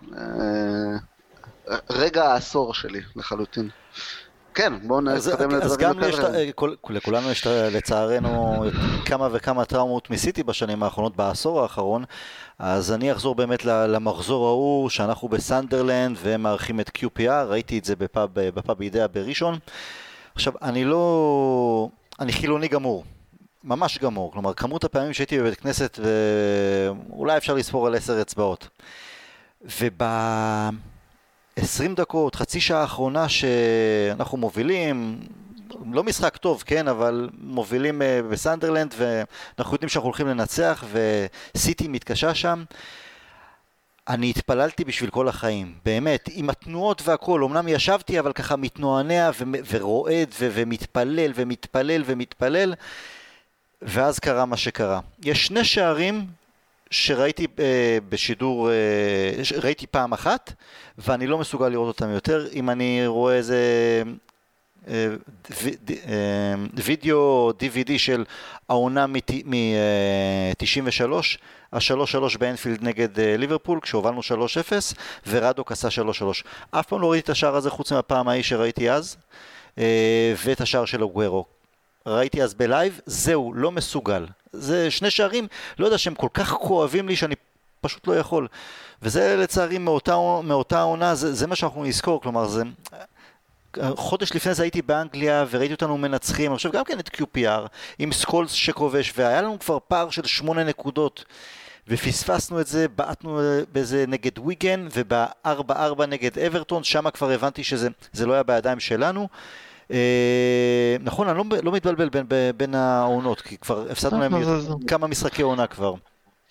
רגע העשור שלי, לחלוטין. כן, בואו נתקדם לדברים. אז גם לכולנו יש לצערנו כמה וכמה טראומות מסיטי בשנים האחרונות, בעשור האחרון, אז אני אחזור באמת למחזור ההוא, שאנחנו בסנדרלנד ומארחים את קיו פי אר, ראיתי את זה בפאב אידאה בראשון. עכשיו, אני לא... אני חילוני גמור. ממש גמור. כלומר, כמות הפעמים שהייתי בבית כנסת, ואולי אפשר לספור על עשר אצבעות. וב... עשרים דקות, חצי שעה האחרונה שאנחנו מובילים, לא משחק טוב, כן, אבל מובילים בסנדרלנד, ואנחנו יודעים שאנחנו הולכים לנצח, וסיטי מתקשה שם. אני התפללתי בשביל כל החיים, באמת, עם התנועות והכל, אמנם ישבתי, אבל ככה מתנוענע ורועד ומתפלל ומתפלל ומתפלל, ואז קרה מה שקרה. יש שני שערים שראיתי אה, בשידור, אה, ראיתי פעם אחת, ואני לא מסוגל לראות אותם יותר. אם אני רואה איזה אה, ו, אה, וידאו די וי די של העונה מ-תשעים ושלוש, ה-שלוש שלוש באנפילד נגד אה, ליברפול, כשהובלנו שלוש אפס, ורדוק עשה שלוש שלוש. אף פעם לא ראיתי את השער הזה חוץ מהפעם ההיא שראיתי אז, אה, ואת השער של אוגוורו. ראיתי אז בלייב, זהו, לא מסוגל. זה שני שערים, לא יודע שהם כל כך כואבים לי שאני פשוט לא יכול. וזה לצערי מאותה, מאותה עונה, זה, זה מה שאנחנו נזכור, כלומר זה... חודש לפני זה הייתי באנגליה וראיתי אותנו מנצחים, עכשיו גם כן את קיו פי אר, עם סקולס שכובש, והיה לנו כבר פער של שמונה נקודות, ופספסנו את זה, בעטנו בזה נגד ויגן, ובארבע ארבע נגד אברטון, שם כבר הבנתי שזה זה לא היה בידיים שלנו, נכון, אני לא מתבלבל בין העונות, כי כבר הפסדנו להם כמה משחקי עונה כבר.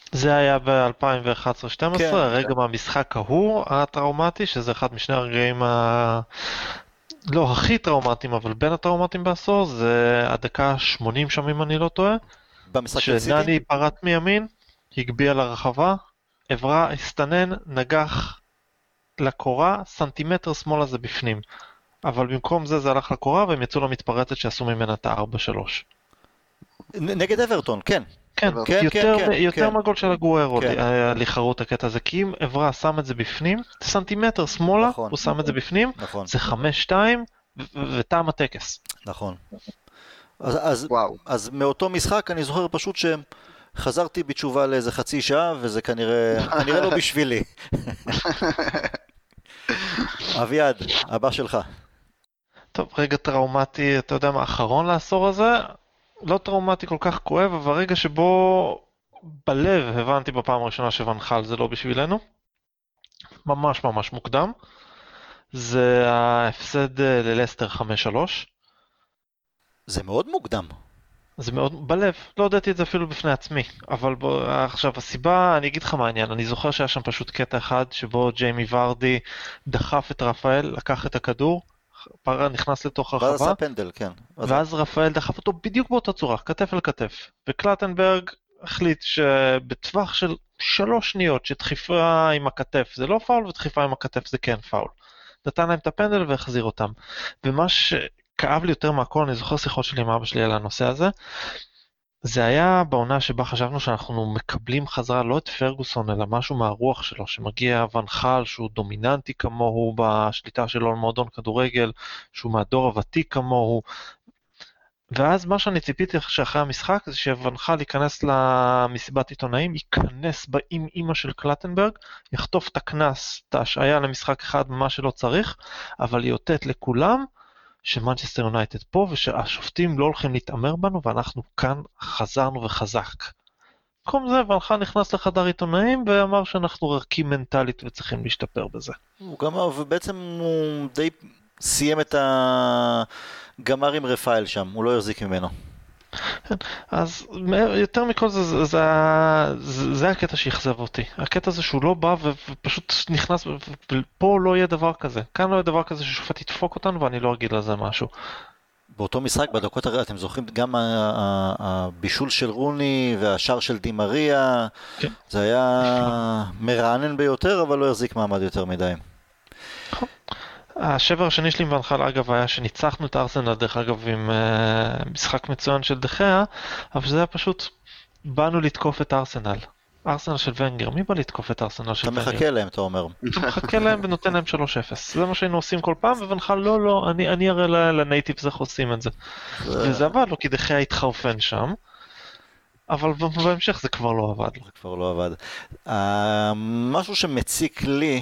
זה היה ב-אלפיים ואחת עשרה שתים עשרה, כן, הרגע מהמשחק ההוא הטראומטי, שזה אחד משני הרגעים ה... לא הכי טראומטיים, אבל בין הטראומטיים בעשור, זה הדקה שמונים שם אם אני לא טועה, במשחק של סיטי? שנני פרט מימין, הגביע לרחבה, עברה, הסתנן, נגח לקורה, סנטימטר שמאלה זה בפנים. אבל במקום זה זה הלך לקורה, והם יצאו למתפרצת שעשו ממנה את ה-ארבע שלוש. נגד אברטון, כן. כן, כן, יותר, כן, יותר כן. מהגול של הגוארו, כן. לחרות הקטע הזה, כי אם עברה שם את זה בפנים, סנטימטר שמאלה, נכון. הוא שם את זה בפנים, נכון, זה חמש שתיים, וטעם הטקס. נכון. אז, אז, וואו. אז מאותו משחק אני זוכר פשוט שחזרתי בתשובה לאיזה חצי שעה, וזה כנראה, כנראה לא בשבילי. אביעד, הבא שלך. טוב, רגע טראומטי, אתה יודע מה, אחרון לעשור הזה, לא טראומטי כל כך כואב, אבל רגע שבו בלב הבנתי בפעם הראשונה שונחל זה לא בשבילנו, ממש ממש מוקדם, זה ההפסד ללסטר חמש שלוש. זה מאוד מוקדם. זה מאוד בלב, לא הודעתי את זה אפילו בפני עצמי, אבל בוא, עכשיו הסיבה, אני אגיד לך מה העניין, אני זוכר שהיה שם פשוט קטע אחד שבו ג'יימי ורדי דחף את רפאל, לקח את הכדור, פרה נכנס לתוך ואז הרחבה, עשה פנדל, כן. ואז... ואז רפאל דחף אותו בדיוק באותה צורה, כתף אל כתף, וקלטנברג החליט שבטווח של שלוש שניות שדחיפה עם הכתף זה לא פאול ודחיפה עם הכתף זה כן פאול. נתן להם את הפנדל והחזיר אותם. ומה שכאב לי יותר מהכל, אני זוכר שיחות שלי עם אבא שלי על הנושא הזה, זה היה בעונה שבה חשבנו שאנחנו מקבלים חזרה לא את פרגוסון אלא משהו מהרוח שלו, שמגיע ונחל שהוא דומיננטי כמוהו בשליטה שלו על מועדון כדורגל, שהוא מהדור הוותיק כמוהו, ואז מה שאני ציפיתי שאחרי המשחק זה שונחל ייכנס למסיבת עיתונאים, ייכנס עם אמא של קלטנברג, יחטוף את הכנס, את ההשעיה למשחק אחד מה שלא צריך, אבל יאותת לכולם שמנצ'סטר יונייטד פה ושהשופטים לא הולכים להתאמר בנו ואנחנו כאן חזרנו וחזק. במקום זה ונחל נכנס לחדר עיתונאים ואמר שאנחנו רכים מנטלית וצריכים להשתפר בזה. הוא גם, ובעצם הוא די סיים את הגמר עם רפאל שם, הוא לא יחזיק ממנו. אז יותר מכל זה, זה, זה, זה, זה הקטע שיחזב אותי. הקטע זה שהוא לא בא ופשוט נכנס, ופה לא יהיה דבר כזה. כאן לא יהיה דבר כזה ששופט ידפוק אותנו ואני לא אגיד לזה משהו. באותו משחק, בדקות הרי, אתם זוכרים גם הבישול של רוני והשאר של די מריה, כן. זה היה מרענן ביותר, אבל לא יחזיק מעמד יותר מדי. השבר השני שלי עם ונחל אגב היה שניצחנו את ארסנל דרך אגב עם uh, משחק מצוין של דחיה, אבל זה היה פשוט, באנו לתקוף את ארסנל. ארסנל של ונגר, מי בא לתקוף את ארסנל של ונגר? אתה מחכה להם, אתה אומר. אתה מחכה להם ונותן להם שלוש אפס. זה מה שהיינו עושים כל פעם, ונחל לא, לא, אני, אני אראה לנייטיבס איך עושים את זה. וזה עבד לו, כי דחיה התחרפן שם, אבל בהמשך זה כבר לא עבד לו. זה כבר לא עבד. משהו שמציק לי,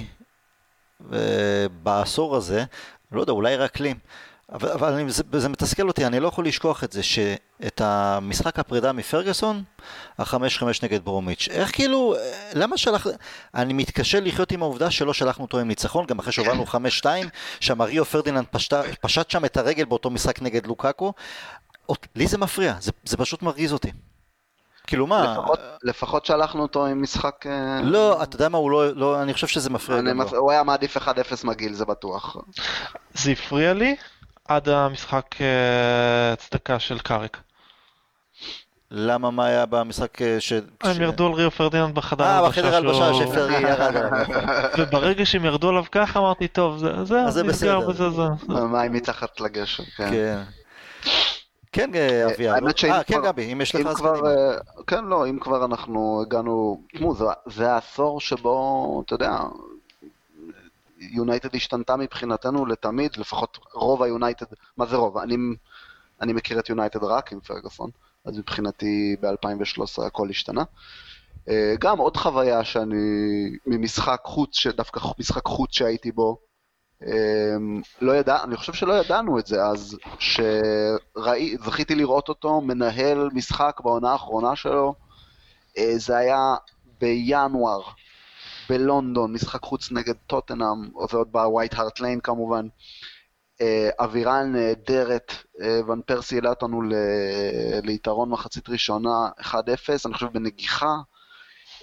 בעשור הזה, לא יודע, אולי רק לי, אבל, אבל אני, זה, זה מתסכל אותי, אני לא יכול לשכוח את זה, שאת המשחק הפרידה מפרגוסון, החמש חמש נגד ברומיץ', איך כאילו, למה שלח, אני מתקשה לחיות עם העובדה שלא שלחנו אותו עם ניצחון, גם אחרי שהובלנו חמש שתיים, שמריו פרדיננד פשט, פשט שם את הרגל באותו משחק נגד לוקאקו, לי זה מפריע, זה, זה פשוט מרגיז אותי. כאילו מה? לפחות, לפחות שלחנו אותו עם משחק... לא, אתה יודע מה, הוא לא, לא, אני חושב שזה מפריע. מפ... הוא היה מעדיף אחד אפס מגיל, זה בטוח. זה הפריע לי עד המשחק צדקה של קאריק. למה, מה היה במשחק ש... הם ירדו על ריו פרדיננד בחדר הלבשה. אה, בחדר הלבשה שפרי ירד. וברגע שהם ירדו עליו ככה אמרתי, טוב, זה, זה, נסגר בזה, זה. מים מתחת לגשר, כן. כן. כן, אביעד. אה, כן, גבי, אם יש לך אז קדימה. כן, לא, אם כבר אנחנו הגענו... תמו, זה העשור שבו, אתה יודע, יונייטד השתנתה מבחינתנו לתמיד, לפחות רוב היונייטד, מה זה רוב? אני, אני מכיר את יונייטד רק עם פרגוסון, אז מבחינתי ב-אלפיים ושלוש עשרה הכל השתנה. גם עוד חוויה שאני, ממשחק חוץ, שדווקא משחק חוץ שהייתי בו, לא ידע, אני חושב שלא ידענו את זה, אז שזכיתי לראות אותו מנהל משחק בעונה האחרונה שלו, זה היה בינואר, בלונדון, משחק חוץ נגד טוטנהאם, זה עוד בווייט הארט ליין כמובן, אווירה נהדרת, ון פרסי העלה אותנו ליתרון מחצית ראשונה אחד אפס, אני חושב בנגיחה,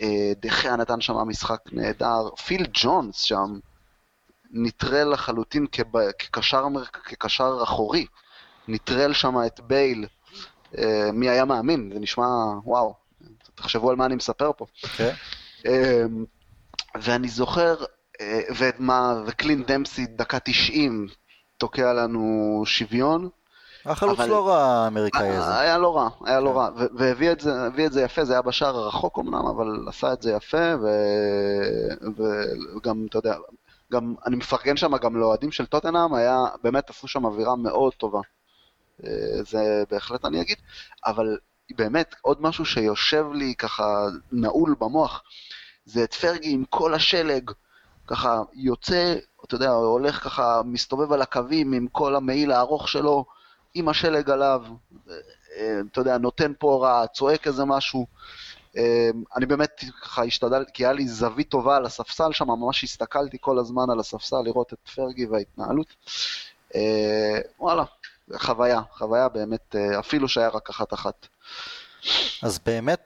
דחיה נתן שם משחק נהדר, פיל ג'ונס שם נטרל לחלוטין כקשר, כקשר אחורי, נטרל שם את בייל, מי היה מאמין, זה נשמע וואו, תחשבו על מה אני מספר פה. Okay. ואני זוכר, ומה, וקלין דמפסי דקה תשעים תוקע לנו שוויון. החלוץ לא רע האמריקאי הזה. היה לא רע, היה לא רע, והביא את זה, הביא את זה יפה, זה היה בשער הרחוק אמנם, אבל עשה את זה יפה, וגם, אתה יודע, גם, אני מפרגן שם גם לאוהדים של טוטנהאם, היה, באמת עשו שם אווירה מאוד טובה. זה בהחלט אני אגיד, אבל באמת עוד משהו שיושב לי ככה נעול במוח, זה את פרגי עם כל השלג, ככה יוצא, אתה יודע, הולך ככה, מסתובב על הקווים עם כל המעיל הארוך שלו, עם השלג עליו, אתה יודע, נותן פה רע, צועק איזה משהו, אני באמת ככה השתדל, כי היה לי זווית טובה על הספסל שם, ממש הסתכלתי כל הזמן על הספסל לראות את פרגי וההתנהלות, וואלה, חוויה, חוויה באמת, אפילו שהיה רק אחת אחת. אז באמת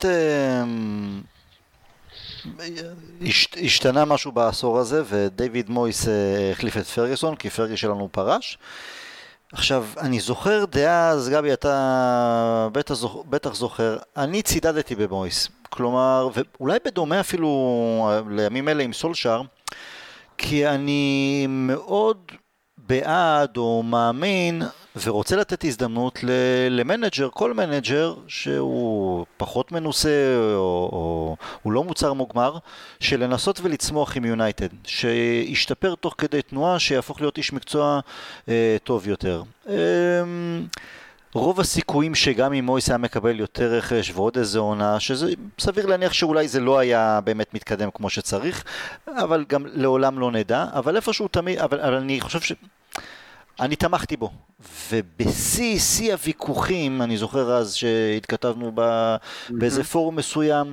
השתנה משהו בעשור הזה, ודייוויד מויס החליף את פרגוסון, כי פרגי שלנו פרש. עכשיו, אני זוכר דאז, גבי, אתה בטח, בטח זוכר, אני צידדתי במויס, כלומר, ואולי בדומה אפילו לימים אלה עם סולשר, כי אני מאוד בעד או מאמין ורוצה לתת הזדמנות למנג'ר, כל מנג'ר שהוא פחות מנוסה או, או הוא לא מוצר מוגמר, של לנסות ולצמוח עם יונייטד, שישתפר תוך כדי תנועה, שיהפוך להיות איש מקצוע אה, טוב יותר. אה, רוב הסיכויים שגם אם מויס היה מקבל יותר רכש ועוד איזה עונה, שזה סביר להניח שאולי זה לא היה באמת מתקדם כמו שצריך, אבל גם לעולם לא נדע, אבל איפשהו תמיד, אבל, אבל אני חושב ש... אני תמכתי בו, ובשיא, שיא הוויכוחים, אני זוכר אז שהתכתבנו ב... באיזה פורום מסוים,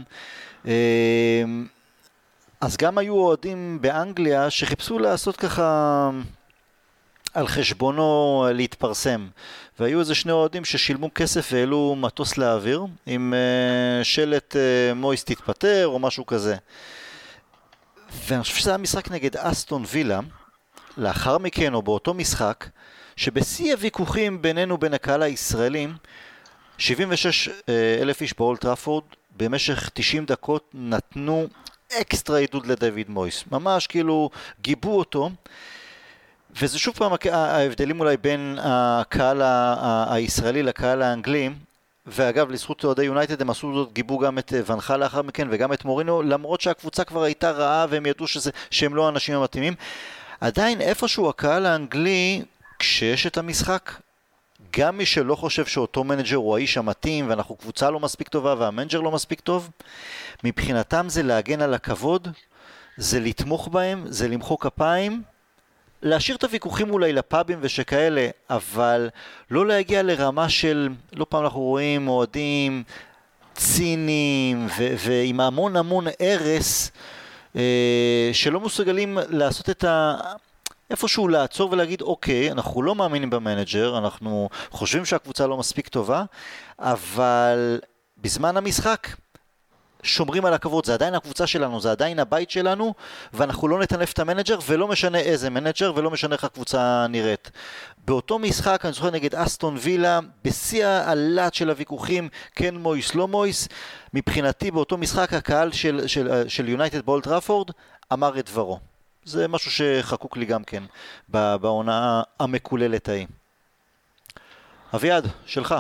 אז גם היו אוהדים באנגליה שחיפשו לעשות ככה על חשבונו להתפרסם, והיו איזה שני אוהדים ששילמו כסף והעלו מטוס לאוויר, עם שלט מויס תתפטר או משהו כזה. ואני חושב שזה היה משחק נגד אסטון וילה, לאחר מכן או באותו משחק, שבשיא הוויכוחים בינינו בין הקהל הישראלים, שבעים ושש אלף איש באולד טראפורד, במשך תשעים דקות נתנו אקסטרה עידוד לדייוויד מויס. ממש כאילו גיבו אותו, וזה שוב פעם ההבדלים אולי בין הקהל הישראלי לקהל האנגלי, ואגב לזכות אוהדי יונייטד הם עשו זאת, גיבו גם את ונחל לאחר מכן וגם את מורינו, למרות שהקבוצה כבר הייתה רעה והם ידעו שזה, שהם לא האנשים המתאימים. עדיין איפשהו הקהל האנגלי, כשיש את המשחק, גם מי שלא חושב שאותו מנג'ר הוא האיש המתאים, ואנחנו קבוצה לא מספיק טובה והמנג'ר לא מספיק טוב, מבחינתם זה להגן על הכבוד, זה לתמוך בהם, זה למחוא כפיים, להשאיר את הוויכוחים אולי לפאבים ושכאלה, אבל לא להגיע לרמה של, לא פעם אנחנו רואים אוהדים ציניים ו- ועם המון המון ערס, שלא מסוגלים לעשות את ה... איפשהו לעצור ולהגיד, אוקיי, אנחנו לא מאמינים במנג'ר, אנחנו חושבים שהקבוצה לא מספיק טובה, אבל בזמן המשחק שומרים על הכבוד, זה עדיין הקבוצה שלנו, זה עדיין הבית שלנו, ואנחנו לא נטנף את המנג'ר, ולא משנה איזה מנג'ר, ולא משנה איך הקבוצה נראית. באותו משחק, אני זוכר נגד אסטון וילה, בשיא העלת של הוויכוחים, כן מויס, לא מויס, מבחינתי באותו משחק, הקהל של, של, של יונייטד באולד טראפורד, אמר את דברו. זה משהו שחקוק לי גם כן, בעונה המקוללת ההיא. אביעד, שלך.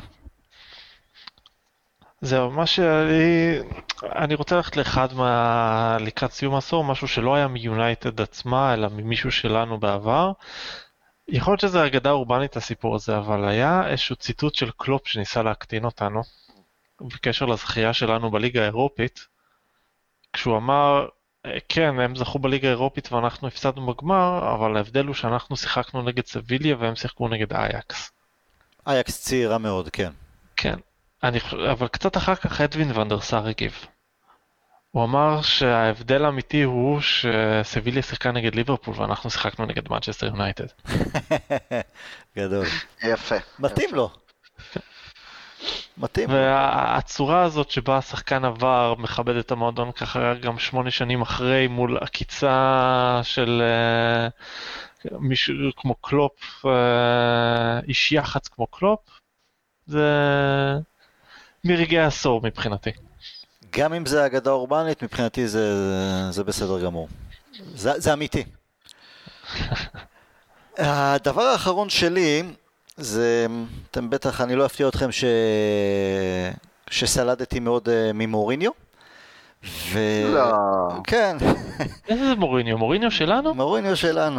זהו, מה שאני... אני רוצה ללכת לאחד מה... לקראת סיום עשור, משהו שלא היה מיונייטד עצמה, אלא ממישהו שלנו בעבר. יכול להיות שזה אגדה אורבנית הסיפור הזה, אבל היה איזשהו ציטוט של קלופ שניסה להקטין אותנו, בקשר לזכייה שלנו בליגה האירופית, כשהוא אמר, כן, הם זכו בליגה האירופית ואנחנו הפסדנו בגמר, אבל ההבדל הוא שאנחנו שיחקנו נגד סביליה והם שיחקו נגד אייקס. אייקס צעירה מאוד, כן. כן. אני, אבל קצת אחר כך אדווין ונדרסאר הגיב. הוא אמר שההבדל האמיתי הוא שסביליה שיחקה נגד ליברפול ואנחנו שיחקנו נגד מנצ'סטר יונייטד. גדול. יפה. מתאים לו. מתאים. והצורה הזאת שבה השחקן עבר מכבד את המועדון ככה גם שמונה שנים אחרי מול עקיצה של uh, מישהו כמו קלופ, uh, איש יח"צ כמו קלופ, זה מרגעי העשור מבחינתי. גם אם זה אגדה אורבנית, מבחינתי זה, זה בסדר גמור. זה, זה אמיתי. הדבר האחרון שלי, זה, אתם בטח, אני לא אפתיע אתכם ש... שסלדתי מאוד ממוריניו. ו... לא. כן. איזה זה מוריניו? מוריניו שלנו? מוריניו שלנו.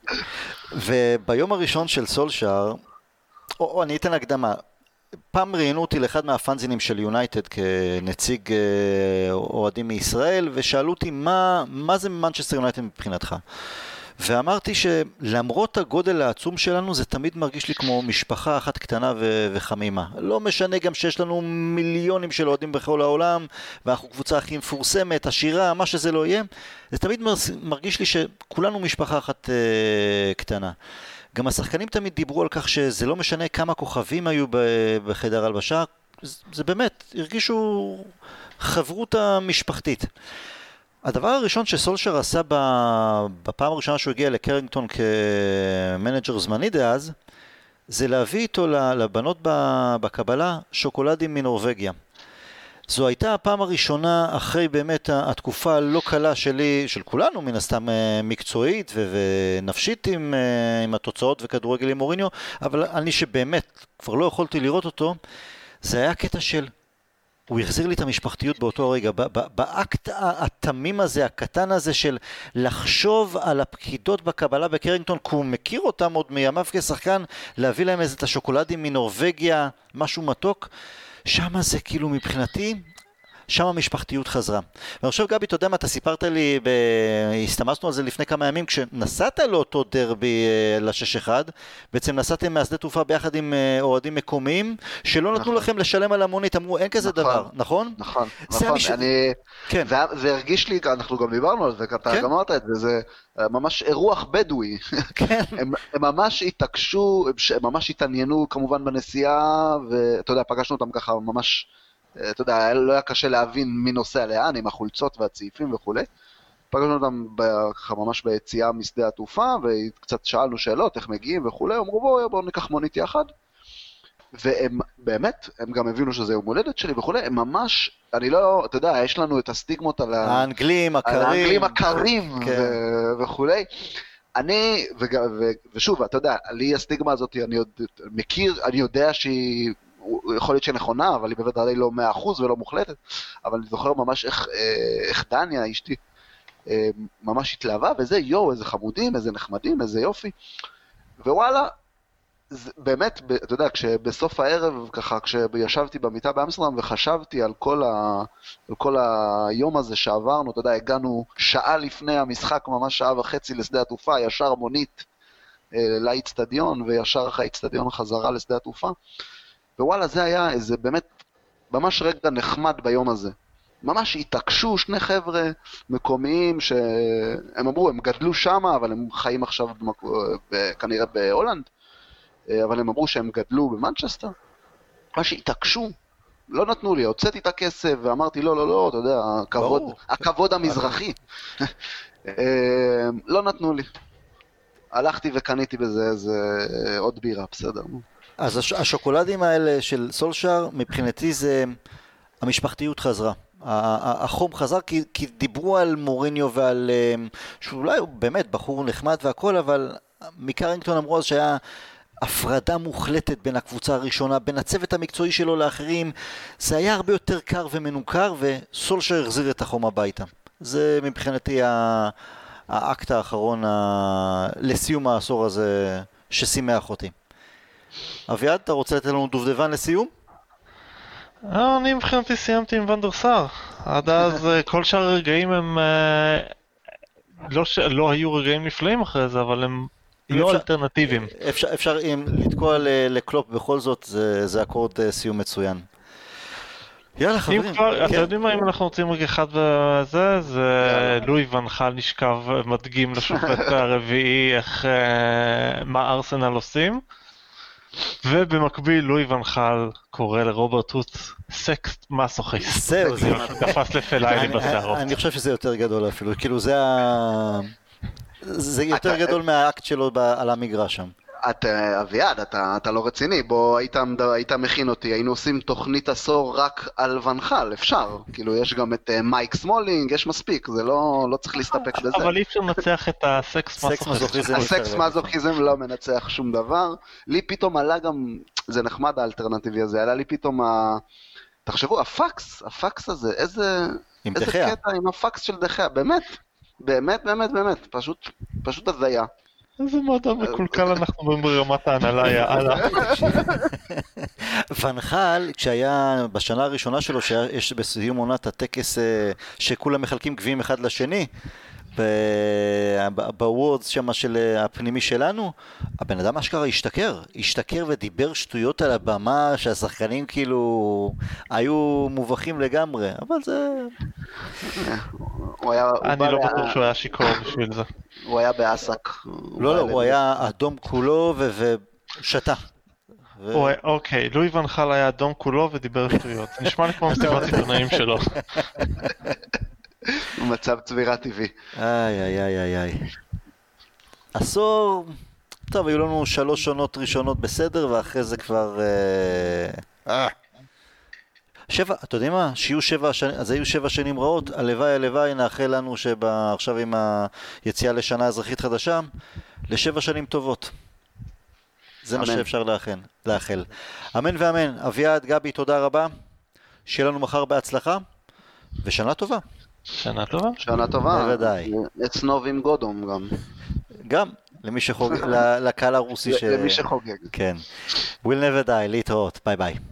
וביום הראשון של סולשאר, או, או אני אתן הקדמה, פעם ראיינו אותי לאחד מהפאנזינים של יונייטד כנציג אוהדים מישראל, ושאלו אותי מה, מה זה מנצ'סטר יונייטד מבחינתך. ואמרתי שלמרות הגודל העצום שלנו, זה תמיד מרגיש לי כמו משפחה אחת קטנה ו- וחמימה. לא משנה גם שיש לנו מיליונים של אוהדים בכל העולם, ואנחנו קבוצה הכי מפורסמת, עשירה, מה שזה לא יהיה, זה תמיד מרגיש לי שכולנו משפחה אחת uh, קטנה. גם השחקנים תמיד דיברו על כך שזה לא משנה כמה כוכבים היו בחדר הלבשה, זה באמת, הרגישו חברותה משפחתית. הדבר הראשון שסולשר עשה בפעם הראשונה שהוא הגיע לקרינגטון כמנג'ר זמני דאז, זה להביא איתו לבנות בקבלה שוקולדים מנורווגיה. זו הייתה הפעם הראשונה אחרי באמת התקופה הלא קלה שלי, של כולנו מן הסתם מקצועית ונפשית עם, עם התוצאות וכדורגל עם מוריניו, אבל אני שבאמת כבר לא יכולתי לראות אותו, זה היה קטע של, הוא החזיר לי את המשפחתיות באותו רגע, באקט התמים הזה, הקטן הזה של לחשוב על הפקידות בקבלה בקרינגטון, כי הוא מכיר אותם עוד מימיו כשחקן, להביא להם איזה את השוקולדים מנורווגיה, משהו מתוק, שמה זה כאילו מבחינתי, שם המשפחתיות חזרה. ואני חושב גבי, אתה יודע מה, אתה סיפרת לי, ב... הסתמסנו על זה לפני כמה ימים, כשנסעת לאותו דרבי ל-שש אחד, בעצם נסעתם מהשדה תעופה ביחד עם אוהדים מקומיים, שלא נתנו נכון. לכם לשלם על המונית, אמרו אין כזה נכון. דבר, נכון? נכון, נכון, מש... אני... כן. זה, זה הרגיש לי, אנחנו גם דיברנו על זה, אתה כן? גם אמרת את זה, זה ממש אירוח בדואי. כן. הם, הם ממש התעקשו, הם ממש התעניינו כמובן בנסיעה, ואתה יודע, פגשנו אותם ככה ממש... אתה יודע, לא היה קשה להבין מי נוסע לאן, עם החולצות והצעיפים וכו'. פגשנו אותם ממש ביציאה משדה התעופה, וקצת שאלנו שאלות, איך מגיעים וכו'. אמרו בואו, בואו ניקח מונית יחד. והם באמת, הם גם הבינו שזה יום הולדת שלי וכו'. הם ממש, אני לא, אתה יודע, יש לנו את הסטיגמות על האנגלים, הקרים. על האנגלים הקרים וכו'. אני, ושוב, אתה יודע, לי הסטיגמה הזאת, אני מכיר, אני יודע שהיא, יכול להיות שנכונה, אבל היא בוודאי לא מאה אחוז ולא מוחלטת, אבל אני זוכר ממש איך, איך דניה, אשתי, ממש התלהבה, וזה יו, איזה חמודים, איזה נחמדים, איזה יופי, ווואלה, זה, באמת, אתה יודע, כשבסוף הערב, ככה, כשישבתי במיטה באמסטרדם, וחשבתי על כל, ה, על כל היום הזה שעברנו, אתה יודע, הגענו שעה לפני המשחק, ממש שעה וחצי לשדה התעופה, ישר מונית לאצטדיון, וישר אחרי האצטדיון חזרה לשדה התעופה, ווואלה, זה היה איזה באמת, ממש רגע נחמד ביום הזה. ממש התעקשו שני חבר'ה מקומיים שהם אמרו, הם גדלו שם, אבל הם חיים עכשיו במק... כנראה בהולנד, אבל הם אמרו שהם גדלו במנצ'סטר. מה שהתעקשו, לא נתנו לי, הוצאתי את הכסף ואמרתי, לא, לא, לא, אתה יודע, הכבוד, הכבוד המזרחי. לא נתנו לי. הלכתי וקניתי בזה איזה עוד בירה, בסדר. אז השוקולדים האלה של סולשאר, מבחינתי זה, המשפחתיות חזרה. החום חזר, כי, כי דיברו על מוריניו ועל, שאולי הוא באמת בחור נחמד והכל, אבל מקרינגטון אמרו אז שהיה הפרדה מוחלטת בין הקבוצה הראשונה, בין הצוות המקצועי שלו לאחרים, זה היה הרבה יותר קר ומנוכר, וסולשאר החזיר את החום הביתה. זה מבחינתי האקט האחרון לסיום העשור הזה ששימח אותי. אביעד, אתה רוצה לתת לנו דובדבן לסיום? אני מבחינתי סיימתי עם ונדר סאר. עד אז כל שאר הרגעים הם לא, ש... לא היו רגעים נפלאים אחרי זה, אבל הם לא אפשר... אלטרנטיביים. אפשר, אפשר אם לתקוע לקלופ בכל זאת, זה, זה אקורד סיום מצוין. יאללה חברים. כבר, כן. אתם יודעים מה, אם אנחנו רוצים רגע אחד בזה, זה לואי ון חל נשכב מדגים לשופט הרביעי איך, מה ארסנל עושים. ובמקביל לואי ונחל קורא לרוברט הוץ סקס מסוכיסט. זהו, זה... תפס לפליילי בשערות. אני חושב שזה יותר גדול אפילו, כאילו זה ה... זה יותר גדול מהאקט שלו על המגרש שם. אתה, אביעד, אתה, אתה לא רציני, בוא היית, היית מכין אותי, היינו עושים תוכנית עשור רק על ונחל, אפשר, כאילו יש גם את מייק סמולינג, יש מספיק, זה לא, לא צריך להסתפק בזה. אבל אי אפשר לנצח את הסקס מזוכיזם. הסקס מזוכיזם לא מנצח שום דבר, לי פתאום עלה גם, זה נחמד האלטרנטיבי הזה, עלה לי פתאום, ה... תחשבו, הפקס, הפקס הזה, איזה, איזה קטע עם הפקס של דחיה, באמת, באמת, באמת, באמת, פשוט, פשוט הזיה. איזה מועדון מקולקל אנחנו ברמת ההנהלה, יאללה. ונחל, כשהיה בשנה הראשונה שלו, שיש בסיום עונת הטקס שכולם מחלקים גביעים אחד לשני, בוורדס שם של הפנימי שלנו, הבן אדם אשכרה השתכר, השתכר ודיבר שטויות על הבמה, שהשחקנים כאילו היו מובכים לגמרי, אבל זה... אני לא בטוח שהוא היה שיקור בשביל זה. הוא היה בעסק. לא, לא, הוא היה אדום כולו ושתה. אוקיי, לואי ונחל היה אדום כולו ודיבר שטויות. נשמע לי כמו מסיבת עיתונאים שלו. מצב צבירה טבעי. איי, איי, איי, איי. עשור, טוב, היו לנו שלוש עונות ראשונות בסדר, ואחרי זה כבר... אה... שבע, אתה יודע מה? שיהיו שבע שנים, אז היו שבע שנים רעות, הלוואי, הלוואי, נאחל לנו שעכשיו עם היציאה לשנה אזרחית חדשה, לשבע שנים טובות. זה מה שאפשר לאחל. לאחל. אמן ואמן. אביעד, גבי, תודה רבה. שיהיה לנו מחר בהצלחה, ושנה טובה. שנה טובה. שנה טובה. בוודאי. אצנוב עם גודום גם. גם, למי שחוגג, לקהל הרוסי. למי שחוגג. כן. We'll never die, להתראות. ביי ביי.